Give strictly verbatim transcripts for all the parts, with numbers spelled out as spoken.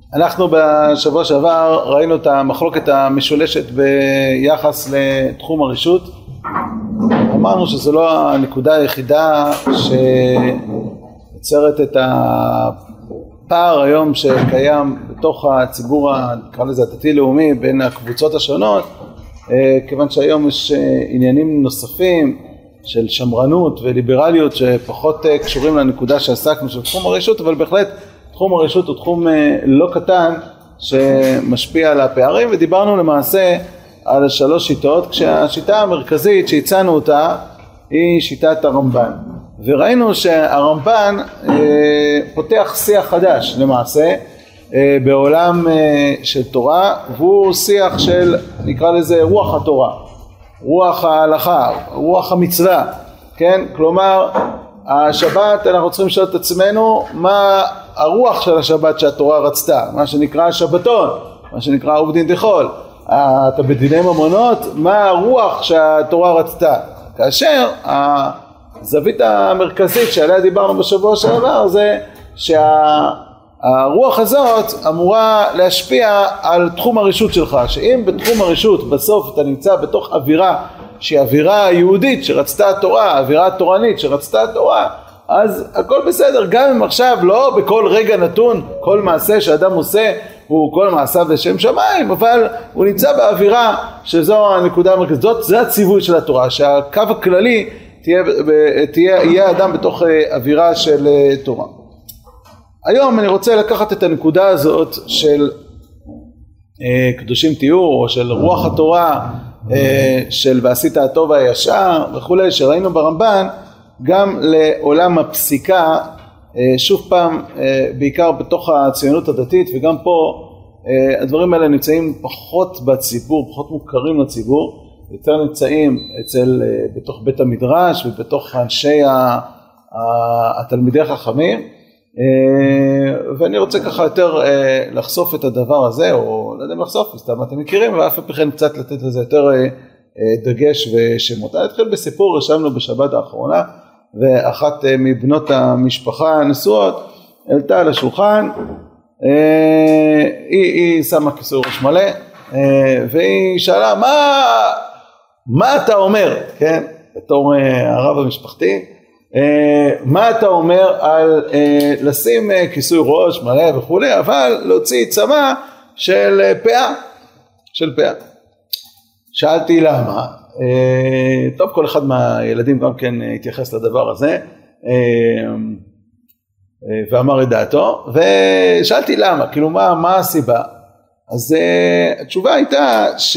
אנחנו בשבוע שעבר ראינו את המחלוקת המשולשת ביחס לתחום הרשות. אמרנו שזו לא הנקודה היחידה שיוצרת את הפער היום שקיים בתוך הציבור, נקרא לזה הדתי-לאומי, בין הקבוצות השונות, כיוון שהיום יש עניינים נוספים של שמרנות וליברליות שפחות קשורים לנקודה שעסקנו של תחום הרשות, אבל בהחלט תחום הרשות הוא תחום לא קטן שמשפיע על הפערים, ודיברנו למעשה על שלוש שיטות, כשהשיטה המרכזית שהצענו אותה היא שיטת הרמב"ן, וראינו שהרמב"ן אה, פותח שיח חדש למעשה אה, בעולם אה, של תורה, והוא שיח של, נקרא לזה, רוח התורה, רוח ההלכה, רוח המצווה, כן? כלומר השבת אנחנו צריכים לשאול את עצמנו מה הרוח של השבת שהתורה רצתה, מה שנקרא השבתון, מה שנקרא עובדין דחול, אתה בדיני ממונות, מה הרוח שהתורה רצתה, כאשר הזווית המרכזית שעליה דיברנו בשבוע שעבר זה שהרוח הזאת אמורה להשפיע על תחום הרשות שלך, שאם בתחום הרשות בסוף אתה נמצא בתוך אווירה שהיא אווירה יהודית שרצתה התורה, אווירה תורנית שרצתה התורה, אז הכל בסדר, גם אם עכשיו לא בכל רגע נתון כל מעשה שאדם עושה הוא כל מעשה בשם שמיים, אבל הוא נמצא באווירה שזו הנקודה המרכזית, זאת, זה הציווי של התורה, שהקו הכללי תהיה, תהיה, יהיה אדם בתוך אווירה של תורה. היום אני רוצה לקחת את הנקודה הזאת של קדושים תהיו, או של רוח התורה, של ועשית הטוב והישר וכולי, שראינו ברמב"ן, גם לעולם הפסיקה, שוב פעם, בעיקר בתוך הציונות הדתית, וגם פה הדברים האלה נמצאים פחות בציבור, פחות מוכרים לציבור, יותר נמצאים אצל, בתוך בית המדרש ובתוך אנשי התלמידי החכמים, ואני רוצה ככה יותר לחשוף את הדבר הזה, או לא יודע אם לחשוף, סתם אתם מכירים, ואף פעם קצת לתת לזה יותר דגש ושמות. אני אתחיל בסיפור, רשמנו בשבת האחרונה, ואחת מבנות המשפחה הנשואות העלתה על השולחן, היא, היא שמה כיסוי ראש מלא, והיא שאלה, מה, מה אתה אומר, כן, בתור הרב המשפחתי, מה אתה אומר על לשים כיסוי ראש מלא וכולי, אבל להוציא צמא של פאה, של פאה. שאלתי למה, טוב, כל אחד מהילדים גם כן התייחס לדבר הזה, ואמר את דעתו, ושאלתי למה, כאילו מה, מה הסיבה? אז התשובה הייתה ש...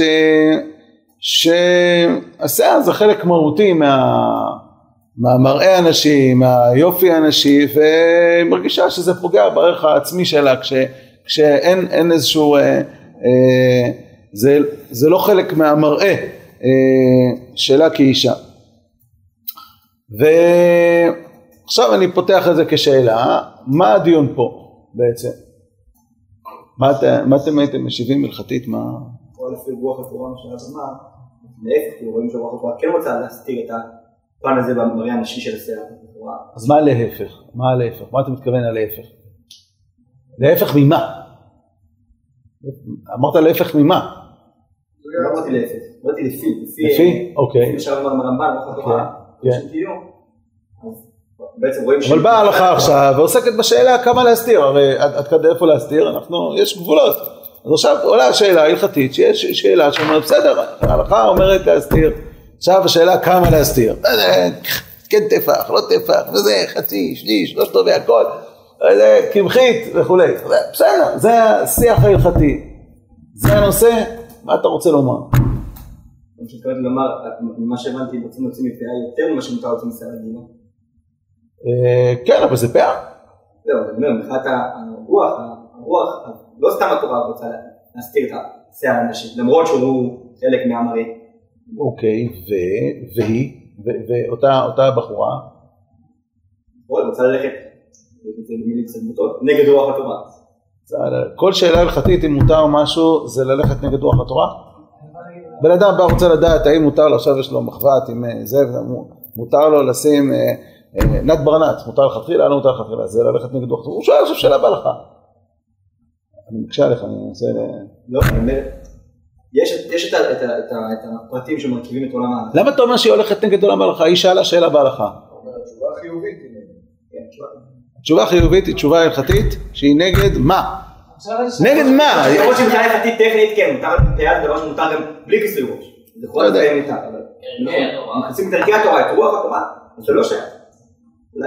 שהשיער זה חלק מהותי מה... מהמראה האנשי, מהיופי האנשי, ומרגישה שזה פוגע בערך העצמי שלה, כש... כשאין אין איזשהו, אה, אה, זה, זה לא חלק מהמראה אה, שלה כאישה. ועכשיו אני פותח את זה כשאלה, מה הדיון פה בעצם? מה, אתה, מה אתם הייתם משיבים מלכתית? מה? או לפי רוח התורה משנה במה, להפך, כי רואים שרוח התורה כן רוצה להסתיר את הפן הזה במראה הנשי של השיער. אז מה להפך? מה להפך? מה אתה מתכוון על להפך? להפך ממה? אמרת להפך ממה? לא אמרתי להפך, אמרתי לפי. לפי? אוקיי. לפי שער מרמב"ן, רוח התורה, שתהיו. אבל באה ההלכה עכשיו ועוסקת בשאלה כמה להסתיר, הרי עד כדי איפה להסתיר, אנחנו, יש גבולות. אז עכשיו עולה השאלה ההלכתית, שיש שאלה שאומרת בסדר, ההלכה אומרת להסתיר, עכשיו השאלה כמה להסתיר, כן תפח, לא תפח, וזה חצי, שליש, לא שטוב והכל, זה קמחית וכולי, בסדר, זה השיח ההלכתי, זה הנושא, מה אתה רוצה לומר? אני מתכוונת לומר, ממה שהבנתי, רוצים להוציא מפאה יותר ממה שמותר להוציא משיער הגינה. כן, אבל זה פאה. זהו, אני אומר, מבחינת הרוח, הרוח, לא סתם התורה רוצה להסתיר את השיער האנשי, למרות שהוא חלק מהמראה. אוקיי, והיא, ואותה בחורה? היא רוצה ללכת, נגד רוח התורה. כל שאלה הלכתית, אם מותר משהו, זה ללכת נגד רוח התורה? בן אדם בא רוצה לדעת, האם מותר לו, עכשיו יש לו מחבת עם זה, מותר לו לשים נת ברנץ, מותר לכתחילה, לא מותר לכתחילה, זה ללכת נגד רוח התורה. הוא שואל עכשיו שאלה בהלכה. אני מקשה עליך, אני אנסה ל... לא, אני אומר, יש את הפרטים שמרכיבים את עולם ההלכה. למה אתה אומר שהיא הולכת נגד עולם ההלכה? היא שאלה שאלה בהלכה. התשובה החיובית היא נגד. התשובה החיובית היא תשובה הלכתית שהיא נגד מה? נגד מה? למרות שמבחינה הלכתית טכנית כן, מותר דבר שמותר גם בלי כיסוי ראש. זה יכול להיות מותר, אבל נכנסים את ערכי התורה, את רוח התורה, זה לא שייך. אולי.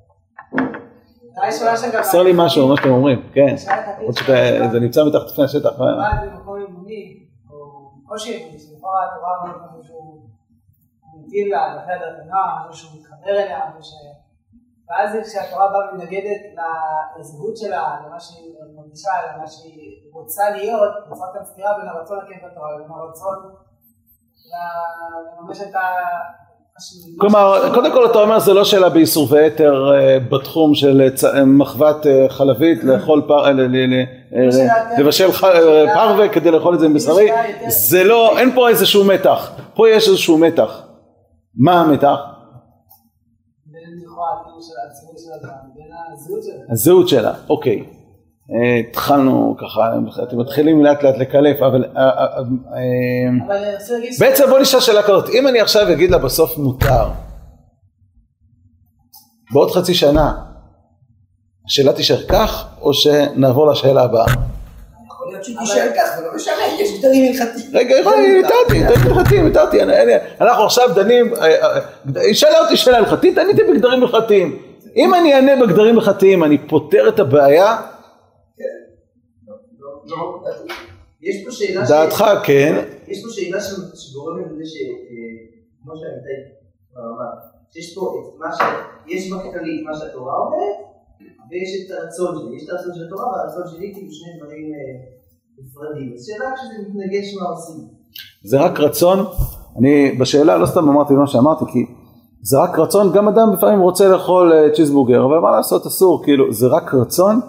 עשר לי משהו, מה שאתם אומרים, כן. זה נמצא מתחת לפני השטח. מה זה מקום אימוני, או קושי, שמקום התורה אמרו משהו שהוא מטיל לה, לחד התנועה, משהו שהוא מתחבר אליה, ואז כשהתורה באה ומנגדת לזהות שלה, למה שהיא מרגישה, למה שהיא רוצה להיות, נוצרת כאן סתירה בין הרצון לקיים את התורה, לבין הרצון לממש את ה... כלומר, קודם כל אתה אומר זה לא שאלה באיסור ויתר בתחום של מחוות חלבית, לאכול לבשל פרווה כדי לאכול את זה עם בשרי, זה לא, אין פה איזשהו מתח, פה יש איזשהו מתח. מה המתח? הזהות שלה, אוקיי. התחלנו ככה, אתם מתחילים לאט לאט לקלף, אבל בעצם בוא נשאל שאלה כזאת, אם אני עכשיו אגיד לה בסוף מותר, בעוד חצי שנה, השאלה תישאר כך, או שנעבור לשאלה הבאה? יכול להיות שתישאר כך, ולא משנה, יש גדרים הלכתיים. רגע, איתרתי, גדרים הלכתיים, איתרתי, אנחנו עכשיו דנים, היא שאלה אותי שאלה הלכתית, עניתי בגדרים הלכתיים. אם אני אענה בגדרים הלכתיים, אני פותר את הבעיה, יש פה שאלה דעתך, כן. יש פה שאלה שגורמת לזה שכמו שהייתה ברמה, שיש פה את מה ש... יש בכללי את מה שהתורה אומרת, ויש את הרצון שלי, יש את הרצון של התורה והרצון שלי כאילו שני דברים נפרדים. אז שאלה כשזה מתנגש מה עושים. זה רק רצון, אני בשאלה לא סתם אמרתי מה שאמרתי, כי זה רק רצון, גם אדם לפעמים רוצה לאכול צ'יזבורגר, אבל מה לעשות אסור, כאילו זה רק רצון,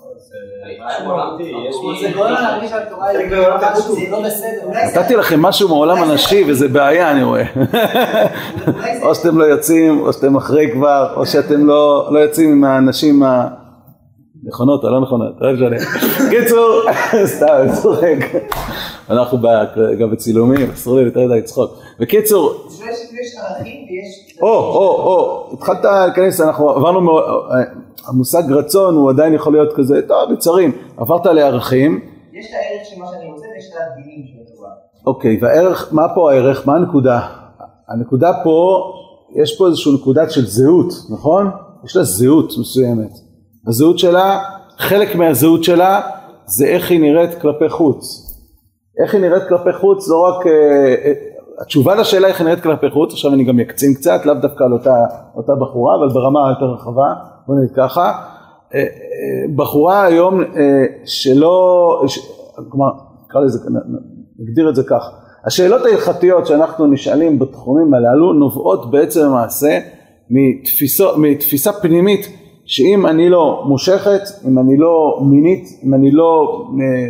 זה גורם להרגיש שהתורה היא לא בסדר. נתתי לכם משהו מעולם הנשי וזה בעיה אני רואה. או שאתם לא יוצאים, או שאתם אחרי כבר, או שאתם לא יוצאים עם האנשים הנכונות או לא נכונות. קיצור, סתם, צוחק. אנחנו גם בצילומים, אסור לי יותר די צחוק. בקיצור, או, או, או, התחלת להיכנס, אנחנו עברנו, המושג רצון הוא עדיין יכול להיות כזה, טוב, יצרים, עברת לערכים. יש את הערך של מה שאני רוצה ויש את הדינים של התורה. אוקיי, והערך, מה פה הערך? מה הנקודה? הנקודה פה, יש פה איזושהי נקודה של זהות, נכון? יש לה זהות מסוימת. הזהות שלה, חלק מהזהות שלה, זה איך היא נראית כלפי חוץ. איך היא נראית כלפי חוץ, לא רק, התשובה לשאלה איך היא נראית כלפי חוץ, עכשיו אני גם יקצין קצת, לאו דווקא על אותה, אותה בחורה, אבל ברמה יותר רחבה, בוא נגיד ככה, בחורה היום שלא, כלומר, נקרא לזה, נגדיר את זה כך, השאלות ההלכתיות שאנחנו נשאלים בתחומים הללו, נובעות בעצם למעשה מתפיסו, מתפיסה פנימית, שאם אני לא מושכת, אם אני לא מינית, אם אני לא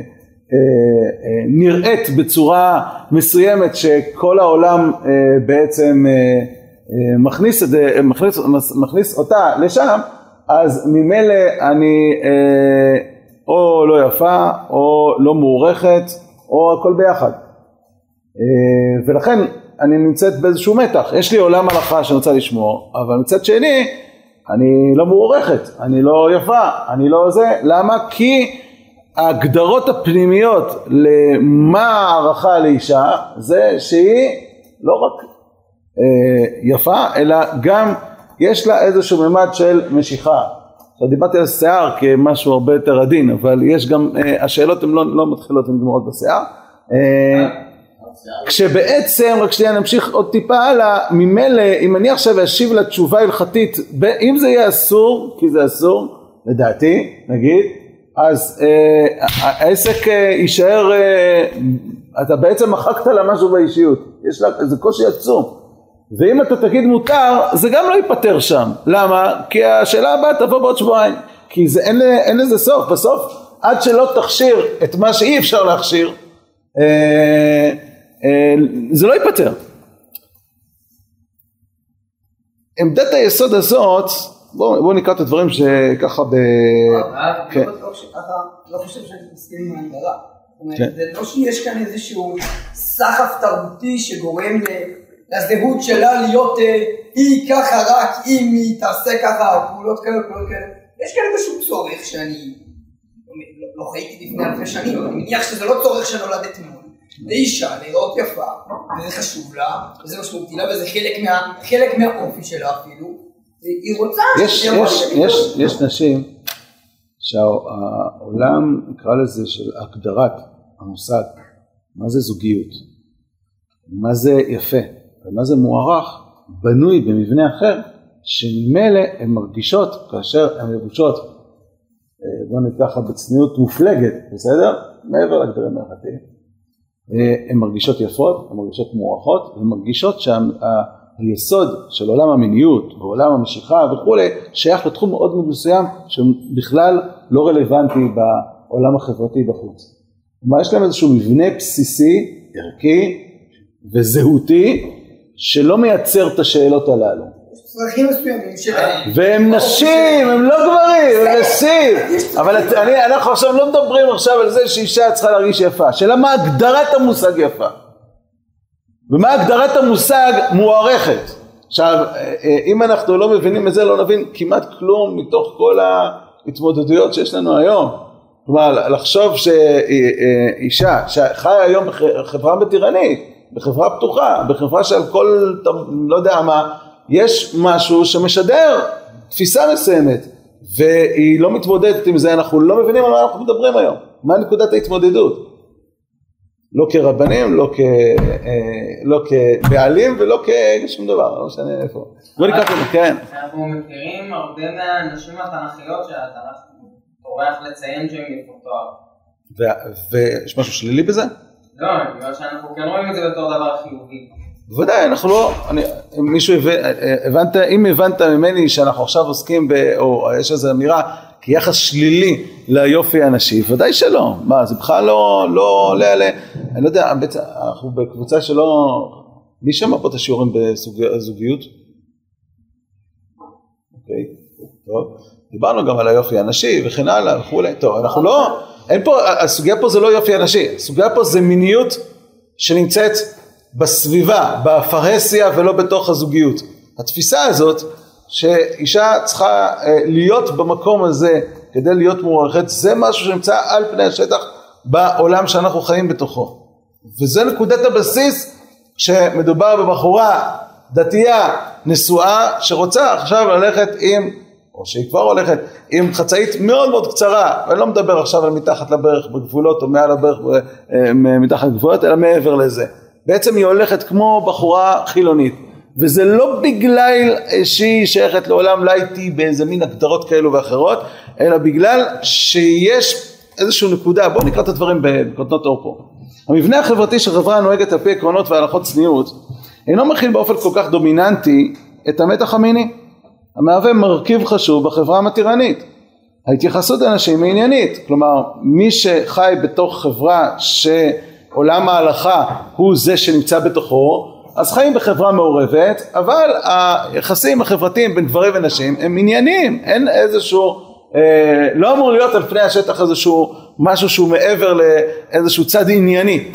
נראית בצורה מסוימת שכל העולם בעצם מכניס, את זה, מכניס, מכניס אותה לשם, אז ממילא אני או לא יפה או לא מעורכת או הכל ביחד. ולכן אני נמצאת באיזשהו מתח, יש לי עולם הלכה שאני רוצה לשמור, אבל מצד שני אני לא מעורכת, אני לא יפה, אני לא זה, למה? כי ההגדרות הפנימיות למה הערכה לאישה זה שהיא לא רק אה, יפה אלא גם יש לה איזשהו ממד של משיכה. עכשיו דיברתי על שיער כמשהו הרבה יותר עדין, אבל יש גם, אה, השאלות הן לא, לא מתחילות ונגמרות בשיער, אה, כשבעצם, רק שנייה נמשיך עוד טיפה הלאה, ממילא אם אני עכשיו אשיב לתשובה הלכתית, אם זה יהיה אסור, כי זה אסור, לדעתי, נגיד, אז אה, העסק אה, יישאר, אה, אתה בעצם מחקת לה משהו באישיות, יש לה איזה קושי עצום, ואם אתה תגיד מותר, זה גם לא ייפטר שם, למה? כי השאלה הבאה תבוא בעוד שבועיים, כי זה, אין, אין לזה סוף, בסוף עד שלא תכשיר את מה שאי אפשר להכשיר, אה, זה לא ייפטר. עמדת היסוד הזאת בואו נקרא את הדברים שככה ב... אני לא חושב שאני מסכים עם ההגדרה. זה לא שיש כאן איזשהו סחף תרבותי שגורם לזהות שלה להיות היא ככה רק אם היא תעשה ככה או פעולות כאלה פעולות כאלה. יש כאן איזשהו צורך שאני לא חייתי לפני אלפי שנים, אבל אני מניח שזה לא צורך שנולד אתמול. זה אישה, לראות יפה, וזה חשוב לה, וזה משמעותי לה, וזה חלק מהאופי שלה אפילו. היא רוצה... יש נשים שהעולם, נקרא לזה, של הגדרת המושג, מה זה זוגיות, מה זה יפה, ומה זה מוערך, בנוי במבנה אחר, שממילא הן מרגישות, כאשר הן מרגישות, בוא נתקחה בצניעות מופלגת, בסדר? מעבר לגדרים מהחתים, הן מרגישות יפות, הן מרגישות מוערכות, הן מרגישות שהיסוד של עולם המיניות, ועולם המשיכה וכו', שייך לתחום מאוד מאוד מסוים, שבכלל לא רלוונטי בעולם החברתי בחוץ. כלומר, יש להם איזשהו מבנה בסיסי, ערכי וזהותי, שלא מייצר את השאלות הללו. צרכים מסוימים שלהם. והם נשים, הם לא גברים, הם נשים. אבל אנחנו עכשיו לא מדברים עכשיו על זה שאישה צריכה להרגיש יפה. שאלה מה הגדרת המושג יפה? ומה הגדרת המושג מוערכת? עכשיו, אם אנחנו לא מבינים את זה, לא נבין כמעט כלום מתוך כל ההתמודדויות שיש לנו היום. כלומר, לחשוב שאישה שחיה היום בחברה מתירנית, בחברה פתוחה, בחברה שעל כל, לא יודע מה, יש משהו שמשדר תפיסה מסוימת, והיא לא מתמודדת עם זה, אנחנו לא מבינים על מה אנחנו מדברים היום. מה נקודת ההתמודדות? לא כרבנים, לא, כ, לא כבעלים ולא כשום דבר, לא משנה איפה. בוא ניקח את זה, כן. אנחנו מכירים הרבה מהנשים התנ"כיות שהתנ"ך טורח לציין שהן יפות תואר. ויש משהו שלילי בזה? לא, בגלל שאנחנו כן רואים את זה בתור דבר חיובי. בוודאי, אנחנו לא, אני, מישהו הבנת, אם הבנת ממני שאנחנו עכשיו עוסקים ב, או יש איזו אמירה כיחס שלילי ליופי הנשי, ודאי שלא, מה, זה בכלל לא, לא עולה עליה, אני לא יודע, בעצם אנחנו בקבוצה שלא, מי שמע פה את השיעורים בזוגיות? אוקיי, טוב, דיברנו גם על היופי הנשי וכן הלאה וכו', טוב, אנחנו לא, אין פה, הסוגיה פה זה לא יופי הנשי, הסוגיה פה זה מיניות שנמצאת בסביבה, בפרהסיה ולא בתוך הזוגיות. התפיסה הזאת שאישה צריכה להיות במקום הזה כדי להיות מוערכת, זה משהו שנמצא על פני השטח בעולם שאנחנו חיים בתוכו. וזה נקודת הבסיס שמדובר בבחורה דתייה נשואה שרוצה עכשיו ללכת עם, או שהיא כבר הולכת, עם חצאית מאוד מאוד קצרה, ואני לא מדבר עכשיו על מתחת לברך בגבולות או מעל הברך מתחת לגבולות, אלא מעבר לזה. בעצם היא הולכת כמו בחורה חילונית, וזה לא בגלל שהיא שייכת לעולם לייטי באיזה מין הגדרות כאלו ואחרות, אלא בגלל שיש איזושהי נקודה, בואו נקרא את הדברים בקוטנות אור פה. המבנה החברתי של חברה נוהגת על פי עקרונות והלכות צניעות, אינו מכיל באופן כל כך דומיננטי את המתח המיני, המהווה מרכיב חשוב בחברה המתירנית. ההתייחסות לאנשים היא עניינית, כלומר מי שחי בתוך חברה שעולם ההלכה הוא זה שנמצא בתוכו, אז חיים בחברה מעורבת, אבל היחסים החברתיים בין גברים ונשים הם ענייניים, אין איזשהו, אה, לא אמור להיות על פני השטח איזשהו משהו שהוא מעבר לאיזשהו צד ענייני.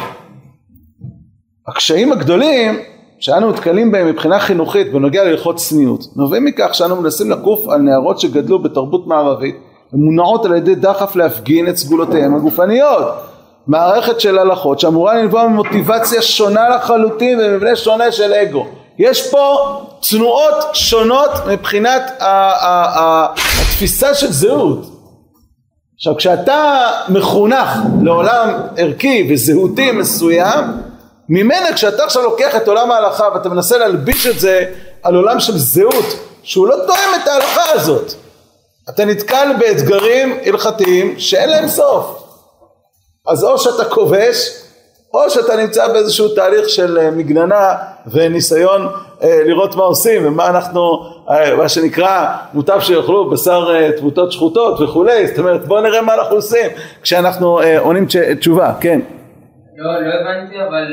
הקשיים הגדולים שאנו מתקלים בהם מבחינה חינוכית בנוגע להלכות צניעות, נובעים מכך שאנו מנסים לקוף על נערות שגדלו בתרבות מערבית, ומונעות על ידי דחף להפגין את סגולותיהם הגופניות. מערכת של הלכות שאמורה לנבוע ממוטיבציה שונה לחלוטין ומבנה שונה של אגו. יש פה תנועות שונות מבחינת התפיסה של זהות. עכשיו כשאתה מחונך לעולם ערכי וזהותי מסוים, ממנה כשאתה עכשיו לוקח את עולם ההלכה ואתה מנסה להלביש את זה על עולם של זהות שהוא לא תואם את ההלכה הזאת, אתה נתקל באתגרים הלכתיים שאין להם סוף. אז או שאתה כובש, או שאתה נמצא באיזשהו תהליך של מגננה וניסיון אה, לראות מה עושים ומה אנחנו, אה, מה שנקרא, מוטב שיאכלו בשר אה, תמותות שחוטות וכולי. זאת אומרת, בואו נראה מה אנחנו עושים כשאנחנו אה, עונים תשובה, כן. לא, לא הבנתי, אבל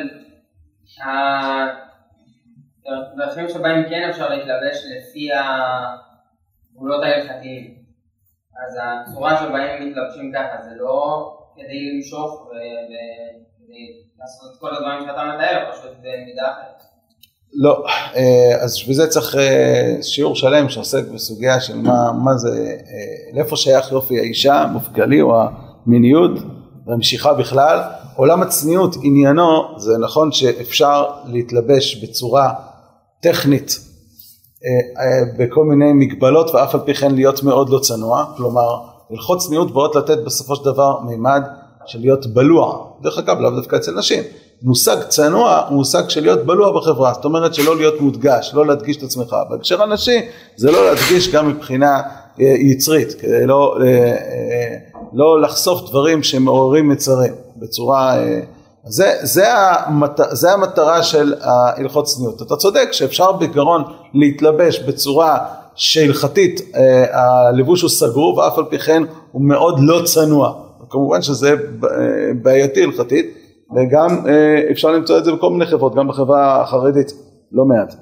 הדרכים שבהם כן אפשר להתלבש לפי ה... גבולות ההלכתיים. אז הצורה שבהם מתלבשים ככה, זה לא כדי למשוך וכדי לעשות את כל הדברים שאתה מתאר, פשוט במידה אחרת. לא, אז בזה צריך שיעור שלם שעוסק בסוגיה של מה, מה זה, לאיפה שייך יופי האישה, מופגלי או המיניות, והמשיכה בכלל. עולם הצניעות עניינו, זה נכון שאפשר להתלבש בצורה טכנית בכל מיני מגבלות ואף על פי כן להיות מאוד לא צנוע, כלומר הלכות צניעות באות לתת בסופו של דבר מימד של להיות בלוע, דרך אגב לאו דווקא אצל נשים, מושג צנוע הוא מושג של להיות בלוע בחברה, זאת אומרת שלא להיות מודגש, לא להדגיש את עצמך, בהקשר הנשי זה לא להדגיש גם מבחינה יצרית, כדי לא, לא לחשוף דברים שמעוררים מצרים בצורה, זה, זה, המת, זה המטרה של ההלכות צניעות. אתה צודק שאפשר בגרון להתלבש בצורה שהלכתית הלבוש הוא סגור ואף על פי כן הוא מאוד לא צנוע, כמובן שזה בעייתי הלכתית, וגם אפשר למצוא את זה בכל מיני חברות, גם בחברה החרדית לא מעט.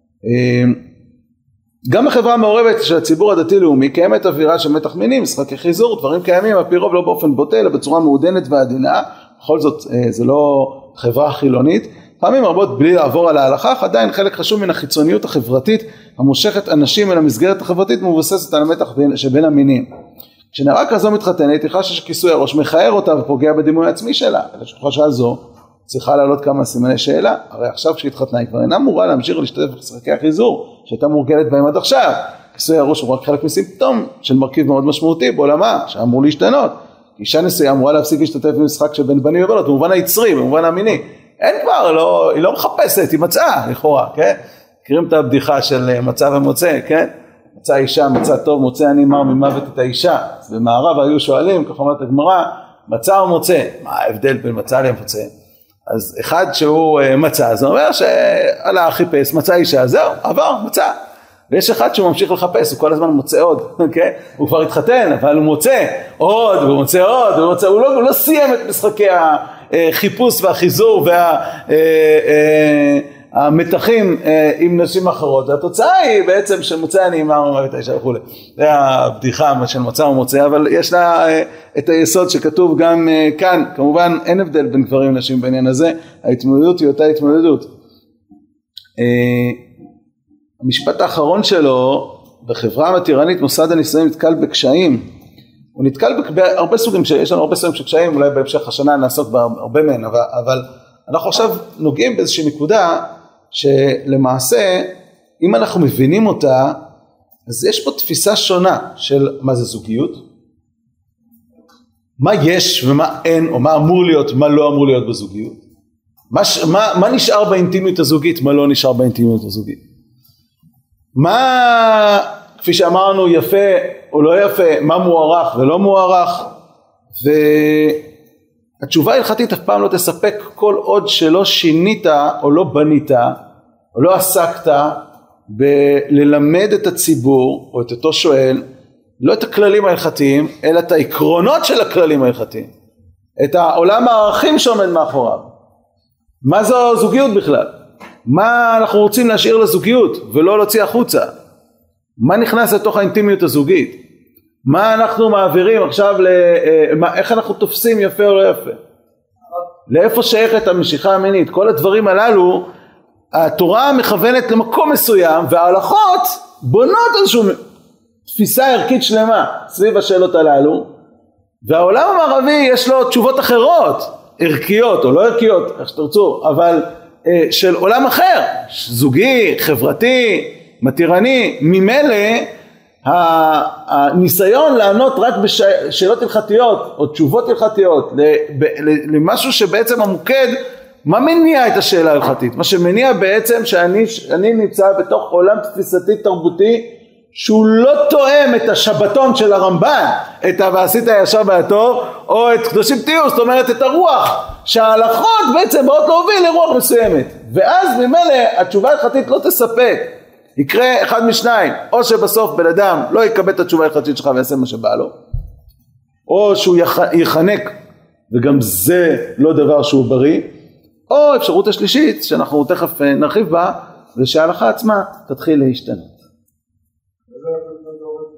גם בחברה המעורבת של הציבור הדתי-לאומי קיימת אווירה של מתח מינים, משחקי חיזור, דברים קיימים, על פי רוב לא באופן בוטה, אלא בצורה מעודנת ועדינה, בכל זאת זה לא חברה חילונית, פעמים רבות בלי לעבור על ההלכה, עדיין חלק חשוב מן החיצוניות החברתית המושכת אנשים אל המסגרת החברתית מבוססת על המתח שבין המינים. כשנערה כזו מתחתנת, היא חשה שכיסוי הראש מכער אותה ופוגע בדימוי העצמי שלה, אלא שחשה זו צריכה לעלות כמה סימני שאלה, הרי עכשיו כשהתחתנה היא כבר אינה אמורה להמשיך להשתתף במשחקי החיזור שהייתה מורגלת בהם עד עכשיו. כיסוי הראש הוא רק חלק מסימפטום של מרכיב מאוד משמעותי בעולמה שאמור להשתנות. אישה נשואה אמורה להפסיק להשתתף במשחק של בין בנים ובנות במובן היצרי, במובן המיני. אין כבר, לא, היא לא מחפשת, היא מצאה לכאורה, כן? מכירים את הבדיחה של מצא ומוצא, כן? מצא אישה, מצא טוב, מוצא אני מר ממוות את האישה. אז במערב היו שואלים, ככה אומרת הגמרא, מצא או מוצא? מה ההבדל בין מצא למוצא? אז אחד שהוא מצא, זה אומר שעלה חיפש, מצא אישה, זהו, עבר, מצא. ויש אחד שהוא ממשיך לחפש, הוא כל הזמן מוצא עוד, אוקיי? הוא כבר התחתן, אבל הוא מוצא עוד, הוא מוצא עוד, הוא, מוצא, הוא, לא, הוא לא סיים את משחקי החיפוש והחיזור והמתחים עם נשים אחרות. והתוצאה היא בעצם שמוצא אני אמר ומוות האישה וכו'. זה הבדיחה של מצא ומוצא, אבל יש לה את היסוד שכתוב גם כאן. כמובן אין הבדל בין גברים ונשים בעניין הזה, ההתמודדות היא אותה התמודדות. המשפט האחרון שלו, בחברה המתירנית מוסד הנישואים נתקל בקשיים, הוא נתקל בהרבה סוגים, יש לנו הרבה סוגים של קשיים, אולי בהמשך השנה נעסוק בהרבה מהן, אבל, אבל אנחנו עכשיו נוגעים באיזושהי נקודה שלמעשה אם אנחנו מבינים אותה, אז יש פה תפיסה שונה של מה זה זוגיות, מה יש ומה אין, או מה אמור להיות, מה לא אמור להיות בזוגיות, מה, מה, מה נשאר באינטימיות הזוגית, מה לא נשאר באינטימיות הזוגית, מה, כפי שאמרנו, יפה או לא יפה, מה מוערך ולא מוערך, והתשובה ההלכתית אף פעם לא תספק כל עוד שלא שינית או לא בנית או לא עסקת בללמד את הציבור או את אותו שואל, לא את הכללים ההלכתיים, אלא את העקרונות של הכללים ההלכתיים, את העולם הערכים שעומד מאחוריו. מה זו זוגיות בכלל? מה אנחנו רוצים להשאיר לזוגיות ולא להוציא החוצה? מה נכנס לתוך האינטימיות הזוגית? מה אנחנו מעבירים עכשיו, מה, איך אנחנו תופסים יפה או לא יפה? לאיפה שייכת המשיכה המינית? כל הדברים הללו, התורה מכוונת למקום מסוים, וההלכות בונות איזושהי תפיסה ערכית שלמה סביב השאלות הללו, והעולם המערבי יש לו תשובות אחרות, ערכיות או לא ערכיות, איך שתרצו, אבל של עולם אחר, זוגי, חברתי, מתירני. ממילא הניסיון לענות רק בשאלות הלכתיות או תשובות הלכתיות למשהו שבעצם המוקד, מה מניע את השאלה ההלכתית? מה שמניע בעצם שאני אני נמצא בתוך עולם תפיסתי תרבותי שהוא לא תואם את השבתון של הרמב"ן, את ועשית הישר והטוב, או את קדושים תהיו, זאת אומרת את הרוח, שההלכות בעצם באות להוביל לרוח מסוימת, ואז ממילא התשובה ההלכתית לא תספק. יקרה אחד משניים, או שבסוף בן אדם לא יקבל את התשובה ההלכתית שלך ויעשה מה שבא לו, או שהוא יחנק, וגם זה לא דבר שהוא בריא, או אפשרות השלישית שאנחנו תכף נרחיב בה, זה שההלכה עצמה תתחיל להשתנות.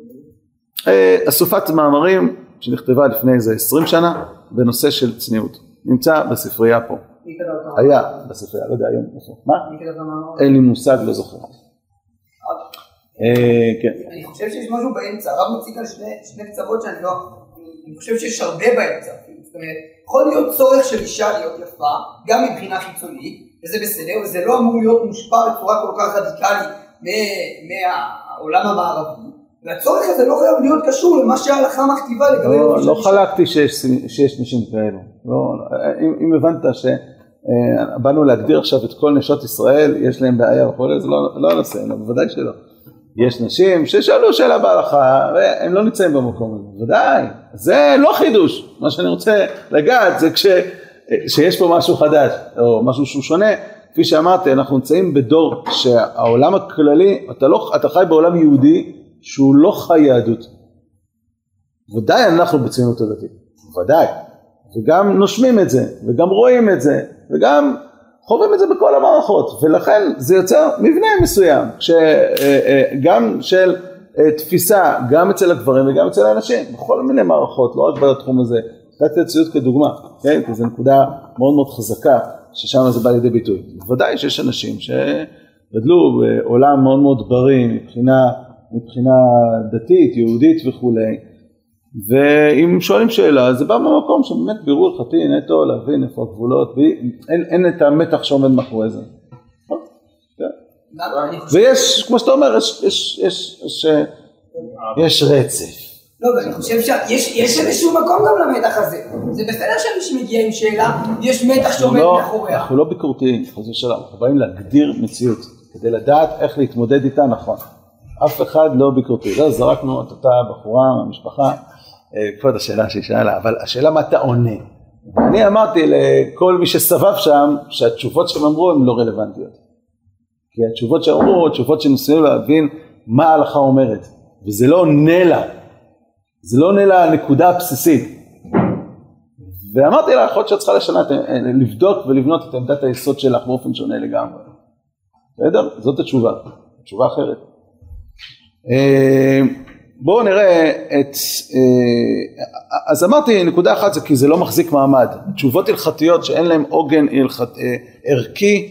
אסופת מאמרים שנכתבה לפני איזה עשרים שנה בנושא של צניעות. נמצא בספרייה פה. היה בספרייה, לא יודע היום. מה? אין לי מושג, לא זוכר. אני חושב שיש משהו באמצע, הרב מציג על שני קצוות שאני לא... אני חושב שיש הרבה באמצע. זאת אומרת, יכול להיות צורך של אישה להיות יפה, גם מבחינה חיצונית, וזה בסדר, וזה לא אמור להיות מושפע בצורה כל כך רדיקלית מהעולם המערבי. והצורך הזה לא חייב להיות קשור למה שההלכה מכתיבה לגבי... לא, לא חלקתי שיש נשים כאלו. אם הבנת שבאנו להגדיר עכשיו את כל נשות ישראל, יש להם בעיה וכו', זה לא נושא, בוודאי שלא. יש נשים ששאלו שאלה בהלכה, והם לא נמצאים במקום הזה, ודאי. זה לא חידוש. מה שאני רוצה לגעת זה כשיש פה משהו חדש, או משהו שהוא שונה. כפי שאמרתי, אנחנו נמצאים בדור שהעולם הכללי, אתה, לא, אתה חי בעולם יהודי, שהוא לא חי יהדות. ודאי אנחנו בציונות הדתית, ודאי. וגם נושמים את זה, וגם רואים את זה, וגם חווים את זה בכל המערכות. ולכן זה יוצר מבנה מסוים, גם של תפיסה, גם אצל הגברים וגם אצל האנשים, בכל מיני מערכות, לא רק בתחום הזה. נתתי את הציונות כדוגמה, כן? כי זו נקודה מאוד מאוד חזקה, ששם זה בא לידי ביטוי. ודאי שיש אנשים שגדלו בעולם מאוד מאוד בריא, מבחינה מבחינה דתית, יהודית וכו'. ואם שואלים שאלה, זה בא במקום שבאמת בירור הלכתי נטו, להבין איפה הגבולות, ואין אין את המתח שעומד מאחורי זה. ויש, כמו שאתה אומר, יש, יש, יש, יש, יש רצף. לא, ואני חושב שיש איזשהו מקום גם למתח הזה. זה בסדר שמי שמגיע עם שאלה, יש מתח שעומד מאחוריה. אנחנו לא ביקורתיים, אנחנו באים להגדיר מציאות, כדי לדעת איך להתמודד איתה נכון. אף אחד לא ביקורתי, לא זרקנו את אותה בחורה מהמשפחה, כבוד השאלה שהיא שאלה, אבל השאלה מה אתה עונה? אני אמרתי לכל מי שסבב שם, שהתשובות שהם אמרו הן לא רלוונטיות. כי התשובות שאמרו, התשובות שניסינו להבין מה ההלכה אומרת, וזה לא עונה לה, זה לא עונה לה הנקודה הבסיסית. ואמרתי לה, יכול להיות שאת צריכה לשנה, לבדוק ולבנות את עמדת היסוד שלך באופן שונה לגמרי. בסדר? זאת התשובה, התשובה אחרת. בואו נראה את, אז אמרתי נקודה אחת זה כי זה לא מחזיק מעמד, תשובות הלכתיות שאין להם עוגן ערכי,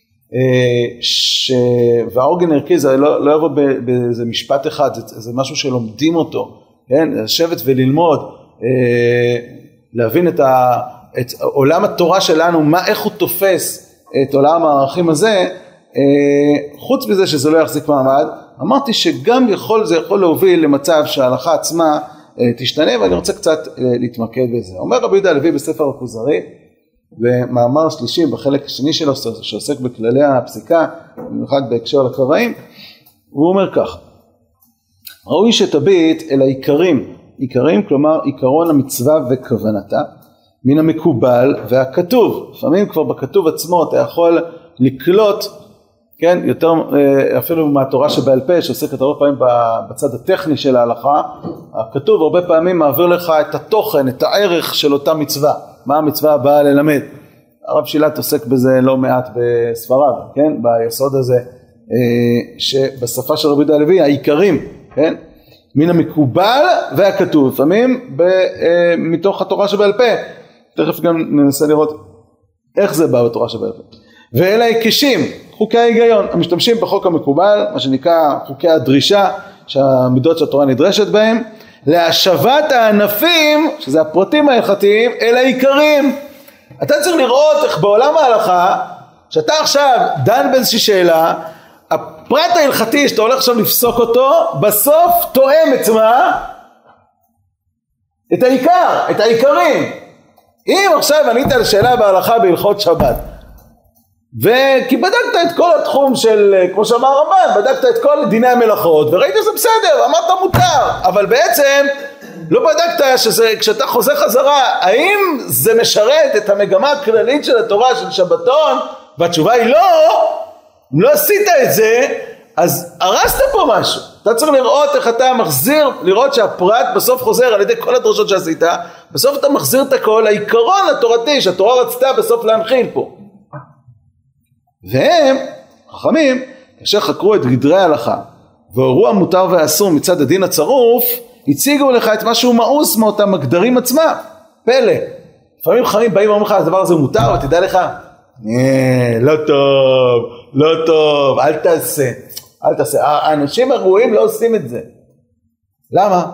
והעוגן ערכי זה לא, לא יבוא באיזה משפט אחד, זה, זה משהו שלומדים אותו, כן? לשבת וללמוד, להבין את, ה, את עולם התורה שלנו, מה, איך הוא תופס את עולם הערכים הזה, חוץ מזה שזה לא יחזיק מעמד, אמרתי שגם יכול, זה יכול להוביל למצב שההלכה עצמה תשתנה, ואני רוצה קצת להתמקד בזה. אומר רבי יהודה הלוי בספר הכוזרי, במאמר שלישי בחלק השני שלו, שעוסק בכללי הפסיקה, במיוחד בהקשר לקראים, הוא אומר כך, ראוי שתביט אל העיקרים, עיקרים כלומר עיקרון המצווה וכוונתה, מן המקובל והכתוב. לפעמים כבר בכתוב עצמו אתה יכול לקלוט, כן, יותר אפילו מהתורה שבעל פה, שעוסקת הרבה פעמים בצד הטכני של ההלכה, הכתוב הרבה פעמים מעביר לך את התוכן, את הערך של אותה מצווה, מה המצווה הבאה ללמד. הרב שילת עוסק בזה לא מעט בספריו, כן, ביסוד הזה, שבשפה של רבי יהודה הלוי, העיקרים, כן, מן המקובל והכתוב, לפעמים מתוך התורה שבעל פה, תכף גם ננסה לראות איך זה בא בתורה שבעל פה. ואלה היקשים, חוקי ההיגיון, המשתמשים בחוק המקובל, מה שנקרא חוקי הדרישה, שהמידות שהתורה נדרשת בהם, להשבת הענפים, שזה הפרטים ההלכתיים, אל העיקרים. אתה צריך לראות איך בעולם ההלכה, שאתה עכשיו דן באיזושהי שאלה, הפרט ההלכתי שאתה הולך עכשיו לפסוק אותו, בסוף תואם את מה? את העיקר, את העיקרים. אם עכשיו ענית על שאלה בהלכה בהלכות שבת, וכי בדקת את כל התחום של, כמו שאמר הרמב"ן, בדקת את כל דיני המלאכות, וראית שזה בסדר, אמרת מותר, אבל בעצם לא בדקת שזה, כשאתה חוזר חזרה, האם זה משרת את המגמה הכללית של התורה של שבתון, והתשובה היא לא, אם לא עשית את זה, אז הרסת פה משהו. אתה צריך לראות איך אתה מחזיר, לראות שהפרט בסוף חוזר על ידי כל הדרשות שעשית, בסוף אתה מחזיר את הכל, העיקרון התורתי שהתורה רצתה בסוף להנחיל פה. והם, חכמים, כאשר חקרו את גדרי ההלכה, והורו המותר והאסור מצד הדין הצרוף, הציגו לך את מה שהוא מאוס מאותם הגדרים עצמם. פלא. לפעמים חכמים באים ואומרים לך, הדבר הזה מותר, ותדע לך, לא טוב, לא טוב, אל תעשה, אל תעשה. האנשים הראויים לא עושים את זה. למה?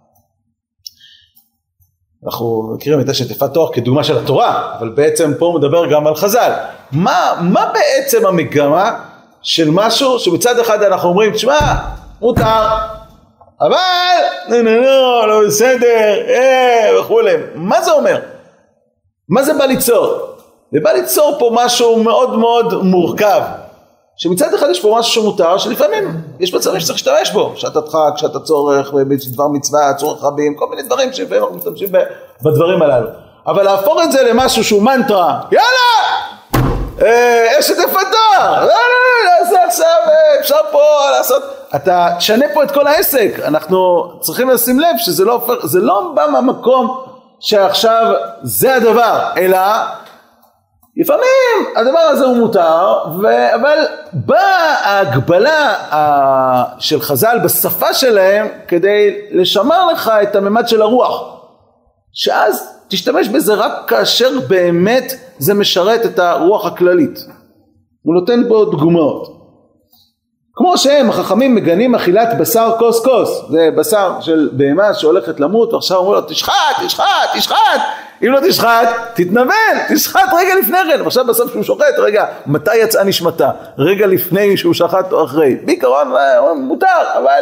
אנחנו מכירים את השטפת תואר כדוגמה של התורה, אבל בעצם פה הוא מדבר גם על חז"ל. מה, מה בעצם המגמה של משהו שמצד אחד אנחנו אומרים, תשמע, מותר, אבל לא, לא, לא, לא בסדר, אה, וכולי. מה זה אומר? מה זה בא ליצור? זה בא ליצור פה משהו מאוד מאוד מורכב, שמצד אחד יש פה משהו שמותר, שלפעמים יש מצבים שצריך להשתמש בו, שאתה דחק, שאתה צורך, בדבר מצווה, צורך רבים, כל מיני דברים שלפעמים אנחנו משתמשים בדברים הללו. אבל להפוך את זה למשהו שהוא מנטרה, יאללה! יש את הפתור! לא, לא, לא, נעשה עכשיו, אפשר פה לעשות... אתה תשנה פה את כל העסק, אנחנו צריכים לשים לב שזה לא הופך, זה לא בא מהמקום שעכשיו זה הדבר, אלא לפעמים הדבר הזה הוא מותר, ו... אבל באה ההגבלה של חז"ל בשפה שלהם כדי לשמר לך את הממד של הרוח, שאז תשתמש בזה רק כאשר באמת זה משרת את הרוח הכללית. הוא נותן פה דוגמאות. כמו שהם, החכמים מגנים אכילת בשר קוס קוס, זה בשר של בהמה שהולכת למות, ועכשיו אומרים לו, תשחט, תשחט, תשחט, אם לא תשחט, תתנבל, תשחט רגע לפני כן, ועכשיו בסוף שהוא שוחט, רגע, מתי יצאה נשמתה? רגע לפני שהוא שחט או אחרי? בעיקרון, מותר, אבל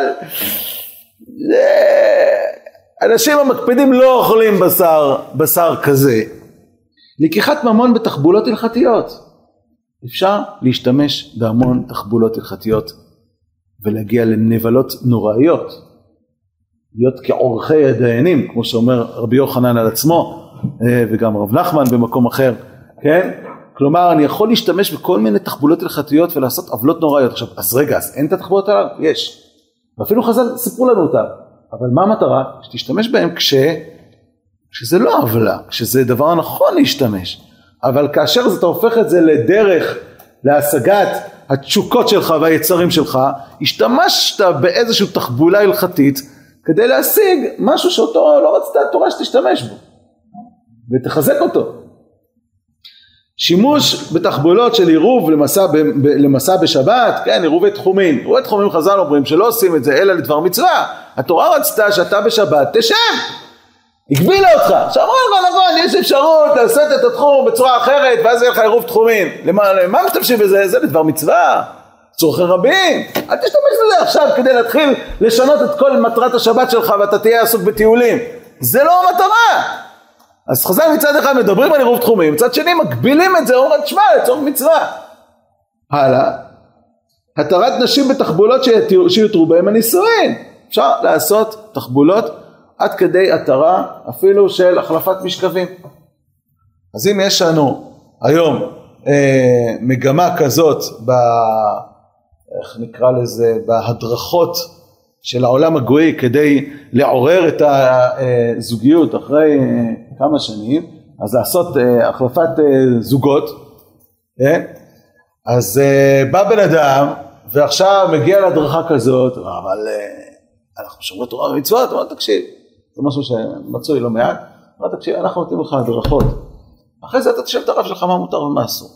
אנשים המקפידים לא אוכלים בשר, בשר כזה. לקיחת ממון בתחבולות הלכתיות. אפשר להשתמש בהמון תחבולות הלכתיות ולהגיע לנבלות נוראיות, להיות כעורכי הדיינים, כמו שאומר רבי יוחנן על עצמו, וגם רב נחמן במקום אחר, כן? כלומר, אני יכול להשתמש בכל מיני תחבולות הלכתיות ולעשות עוולות נוראיות. עכשיו, אז רגע, אז אין את התחבולות עליו? יש. ואפילו חז"ל סיפרו לנו אותם. אבל מה המטרה? שתשתמש בהם כש... כשזה לא עוולה, כשזה דבר נכון להשתמש. אבל כאשר אתה הופך את זה לדרך להשגת התשוקות שלך והיצרים שלך, השתמשת באיזושהי תחבולה הלכתית כדי להשיג משהו שאותו לא רצתה התורה שתשתמש בו ותחזק אותו. שימוש בתחבולות של עירוב למסע, ב, ב, למסע בשבת, כן, עירובי תחומים. עירובי תחומים חז"ל אומרים שלא עושים את זה אלא לדבר מצווה. התורה רצתה שאתה בשבת תשב. הגבילה אותך, שאמרו לך נכון, יש אפשרות לעשות את התחום בצורה אחרת, ואז יהיה לך עירוב תחומים. למה, למה משתמשים בזה? זה לדבר מצווה, צורכי רבים. אל תשתמש בזה עכשיו כדי להתחיל לשנות את כל מטרת השבת שלך, ואתה תהיה עסוק בטיולים. זה לא המטרה. אז חז"ל מצד אחד מדברים על עירוב תחומים, מצד שני מגבילים את זה, אומרים, תשמע, לצורך מצווה. הלאה, התרת נשים בתחבולות שיותרו בהם הנישואין. אפשר לעשות תחבולות עד כדי התרה אפילו של החלפת משכבים. אז אם יש לנו היום אה, מגמה כזאת ב, איך נקרא לזה, בהדרכות של העולם הגוי כדי לעורר את הזוגיות אחרי אה, כמה שנים, אז לעשות אה, החלפת אה, זוגות, אה? אז אה, בא בן אדם ועכשיו מגיע להדרכה כזאת, אבל אה, אנחנו שומרי תורה ומצוות, אבל תקשיב, זה משהו שמצוי לא מעט, אבל תקשיב, אנחנו נותנים לך הדרכות, אחרי זה אתה תשאל את הרב שלך מה מותר ומה אסור.